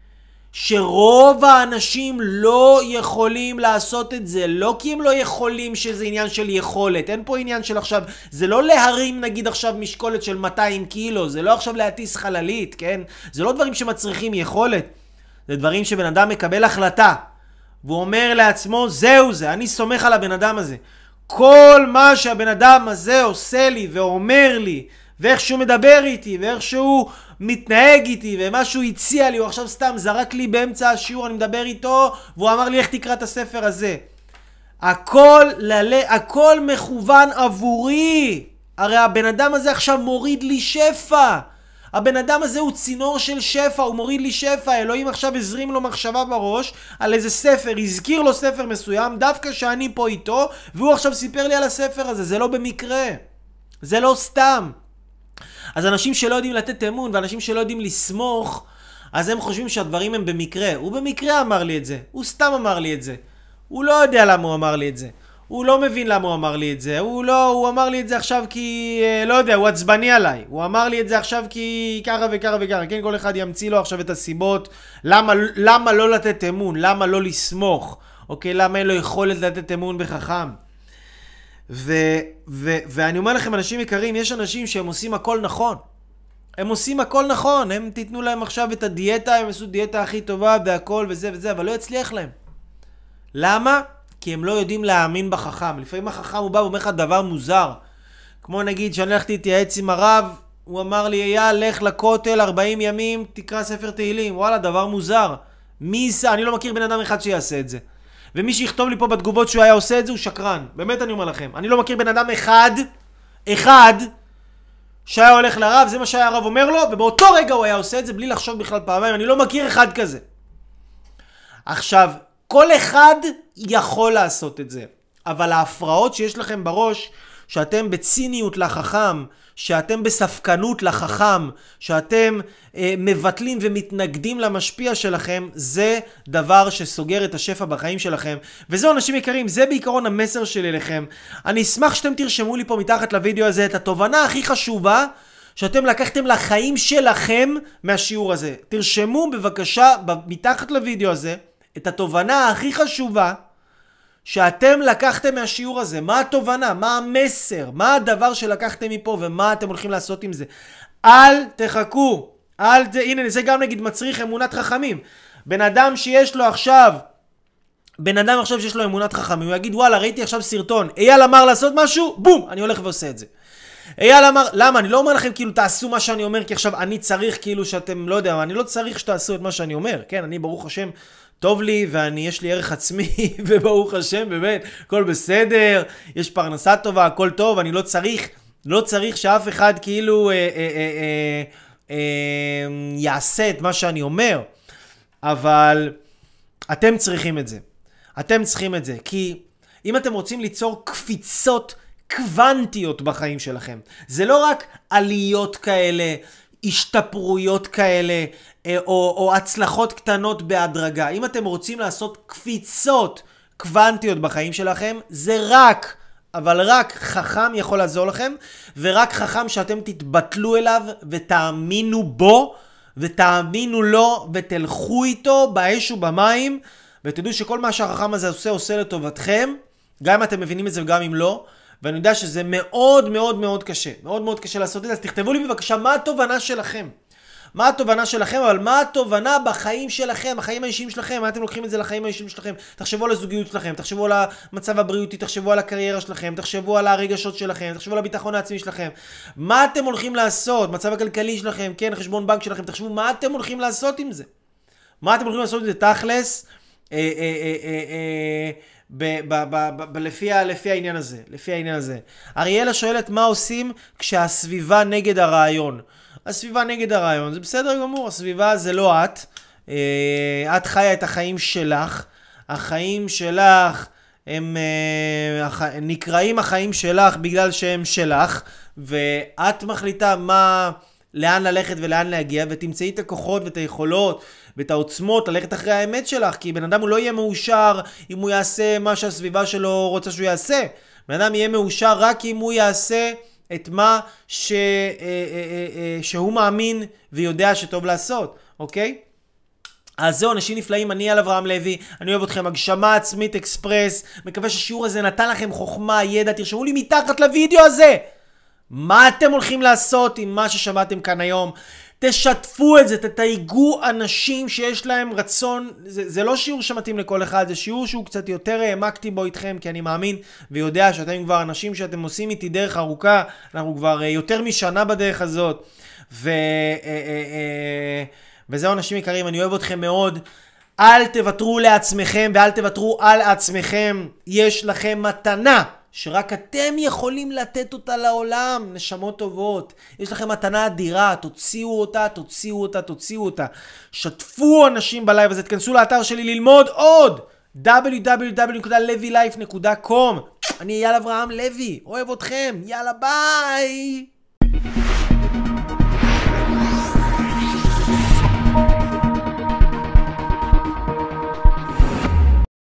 שרוב האנשים לא יכולים לעשות את זה, לא כי הם לא יכולים שזה עניין של יכולת, אין פה עניין של עכשיו, זה לא להרים נגיד עכשיו משקולת של מאתיים קילו, זה לא עכשיו להטיס חללית, כן? זה לא דברים שמצריכים יכולת, זה דברים שבן אדם מקבל החלטה, והוא אומר לעצמו, זהו זה, אני סומך על הבן אדם הזה. כל מה שהבן אדם הזה עושה לי ואומר לי, ואיך שהוא מדבר איתי, ואיך שהוא מתנהג איתי, ומה שהוא הציע לי, הוא עכשיו סתם זרק לי באמצע השיעור, אני מדבר איתו, והוא אמר לי איך תקרא את הספר הזה. הכל, ללה, הכל מכוון עבורי. הרי הבן אדם הזה עכשיו מוריד לי שפע. הבן אדם הזה הוא צינור של שפע, הוא מוריד לי שפע. אלוהים עכשיו הזרים לו מחשבה בראש על איזה ספר, הזכיר לו ספר מסוים, דווקא שאני פה איתו, והוא עכשיו סיפר לי על הספר הזה. זה לא במקרה. זה לא סתם. אז אנשים שלא יודעים לתת אמון, ואנשים שלא יודעים לסמוך, אז הם חושבים שהדברים הם במקרה. הוא במקרה אמר לי את זה. הוא סתם אמר לי את זה. הוא לא יודע למה הוא אמר לי את זה. הוא לא מבין למה הוא אמר לי את זה. הוא לא, הוא אמר לי את זה עכשיו כי, לא יודע, הוא עצבני עליי. הוא אמר לי את זה עכשיו כי ככה וככה וככה. כן, כל אחד ימציא לו עכשיו את הסיבות. למה, למה לא לתת אמון? למה לא לסמוך? אוקיי, למה אין לו יכולת לתת אמון בחכם? ו- ו- ואני אומר לכם, אנשים יקרים, יש אנשים שהם עושים הכל נכון. הם עושים הכל נכון. הם תיתנו להם עכשיו את הדיאטה, הם עשו דיאטה הכי טובה והכל וזה וזה, אבל לא יצליח להם. למה? כי הם לא יודעים להאמין בחכם. לפעמים החכם הוא בא ואומר לך דבר מוזר. כמו נגיד שאני הלכתי להתייעץ עם הרב, הוא אמר לי, אייל, לך לכותל ארבעים ימים, תקרא ספר תהילים. וואלה, דבר מוזר. מי ייסע? אני לא מכיר בן אדם אחד שיעשה את זה. ומי שיכתוב לי פה בתגובות שהוא היה עושה את זה הוא שקרן. באמת אני אומר לכם. אני לא מכיר בן אדם אחד, אחד, שהיה הולך לרב, זה מה שהיה הרב אומר לו, ובאותו רגע הוא היה עושה את זה בלי לחשוב בכלל פעמיים. אני לא מכיר אחד כזה. עכשיו, כל אחד יכול לעשות את זה. אבל ההפרעות שיש לכם בראש, שאתם בציניות לחכם, שאתם בספקנות לחכם, שאתם אה, מבטלים ומתנגדים למשפיע שלכם, זה דבר שסוגר את השפע בחיים שלכם. וזהו אנשים יקרים, זה בעיקרון המסר שלי לכם. אני אשמח שאתם תרשמו לי פה מתחת לוידאו הזה את התובנה הכי חשובה שאתם לקחתם לחיים שלכם מהשיעור הזה. תרשמו בבקשה מתחת לוידאו הזה את התובנה הכי חשובה שאתם לקחתם מהשיעור הזה. מה התובנה? מה המסר? מה הדבר שלקחתם מפה ומה אתם הולכים לעשות עם זה? אל תחכו. אל ת... הנה, זה גם נגיד מצריך אמונת חכמים. בן אדם שיש לו עכשיו, בן אדם עכשיו שיש לו אמונת חכמים, הוא יגיד, וואלה, ראיתי עכשיו סרטון, אייל אמר לעשות משהו, בום, אני הולך ועושה את זה. אייל אמר, למה? אני לא אומר לכם כאילו תעשו מה שאני אומר, כי עכשיו אני צריך כאילו שאתם, לא יודע, אני לא צריך שתעשו את מה שאני אומר. כן, אני ברוך השם טוב לי, ואני, יש לי ערך עצמי, וברוך השם, באמת, הכל בסדר, יש פרנסה טובה, הכל טוב, אני לא צריך לא צריך שאף אחד כאילו אה, אה, אה, אה, יעשה את מה שאני אומר, אבל אתם צריכים את זה. אתם צריכים את זה, כי אם אתם רוצים ליצור קפיצות קוונטיות בחיים שלכם, זה לא רק עליות כאלה, השתפרויות כאלה, או, או הצלחות קטנות בהדרגה. אם אתם רוצים לעשות קפיצות קוונטיות בחיים שלכם, זה רק, אבל רק חכם יכול לעזור לכם, ורק חכם שאתם תתבטלו אליו ותאמינו בו, ותאמינו לו, ותלכו איתו באש ובמים, ותדעו שכל מה שהחכם הזה עושה, עושה לטובתכם, גם אם אתם מבינים את זה וגם אם לא, ואני יודע שזה מאוד מאוד מאוד קשה, מאוד מאוד קשה לעשות את זה, אז תכתבו לי בבקשה מה התובנה שלכם. מה התובנה שלכם, אבל מה התובנה בחיים שלכם, החיים האישיים שלכם, מה אתם לוקחים את זה לחיים האישיים שלכם? תחשבו על הזוגיות שלכם, תחשבו על המצב הבריאותי, תחשבו על הקריירה שלכם, תחשבו על הרגשות שלכם, תחשבו על הביטחון העצמי שלכם. מה אתם הולכים לעשות? מצב הכלכלי שלכם, כן, חשבון בנק שלכם, תחשבו מה אתם הולכים לעשות עם זה. מה אתם הולכים לעשות עם זה תכלס, אה, אה, אה, אה, אה, ב- ב- ב- ב- לפי, לפי העניין הזה, לפי העניין הזה. אריאלה שואלת מה עושים כשהסביבה נגד הרעיון. הסביבה נגד הרעיון, זה בסדר גמור, הסביבה זה לא את. את חיה את החיים שלך, החיים שלך הם נקראים החיים שלך בגלל שהם שלך, ואת מחליטה מה, לאן ללכת ולאן להגיע, ותמצאי את הכוחות ואת היכולות ואת העוצמות ללכת אחרי האמת שלך, כי בן אדם הוא לא יהיה מאושר אם הוא יעשה מה שהסביבה שלו רוצה שהוא יעשה. בן אדם יהיה מאושר רק אם הוא יעשה את מה ש... שהוא מאמין ויודע שטוב לעשות, אוקיי? אז זהו, אנשים נפלאים, אני על אברהם לוי, אני אוהב אתכם, הגשמה עצמית אקספרס, מקווה שהשיעור הזה נתן לכם חוכמה, ידע, תרשמו לי מתחת לוידאו הזה מה אתם הולכים לעשות עם מה ששמעתם כאן היום. תשתפו את זה, תתייגו אנשים שיש להם רצון, זה, זה לא שיעור שמתאים לכל אחד, זה שיעור שהוא קצת יותר העמקתי בו איתכם, כי אני מאמין ויודע שאתם כבר אנשים שאתם עושים איתי דרך ארוכה, אנחנו כבר יותר משנה בדרך הזאת, ו, וזהו אנשים יקרים, אני אוהב אתכם מאוד, אל תוותרו לעצמכם ואל תוותרו על עצמכם, יש לכם מתנה שרק אתם יכולים לתת אותה לעולם, נשמות טובות. יש לכם מתנה אדירה, תוציאו אותה, תוציאו אותה, תוציאו אותה. שתפו אנשים בלייב הזה, תכנסו לאתר שלי ללמוד עוד, דאבליו דאבליו דאבליו נקודה לוי לייף נקודה קום. אני אייל אברהם לוי, אוהב אתכם, יאללה ביי!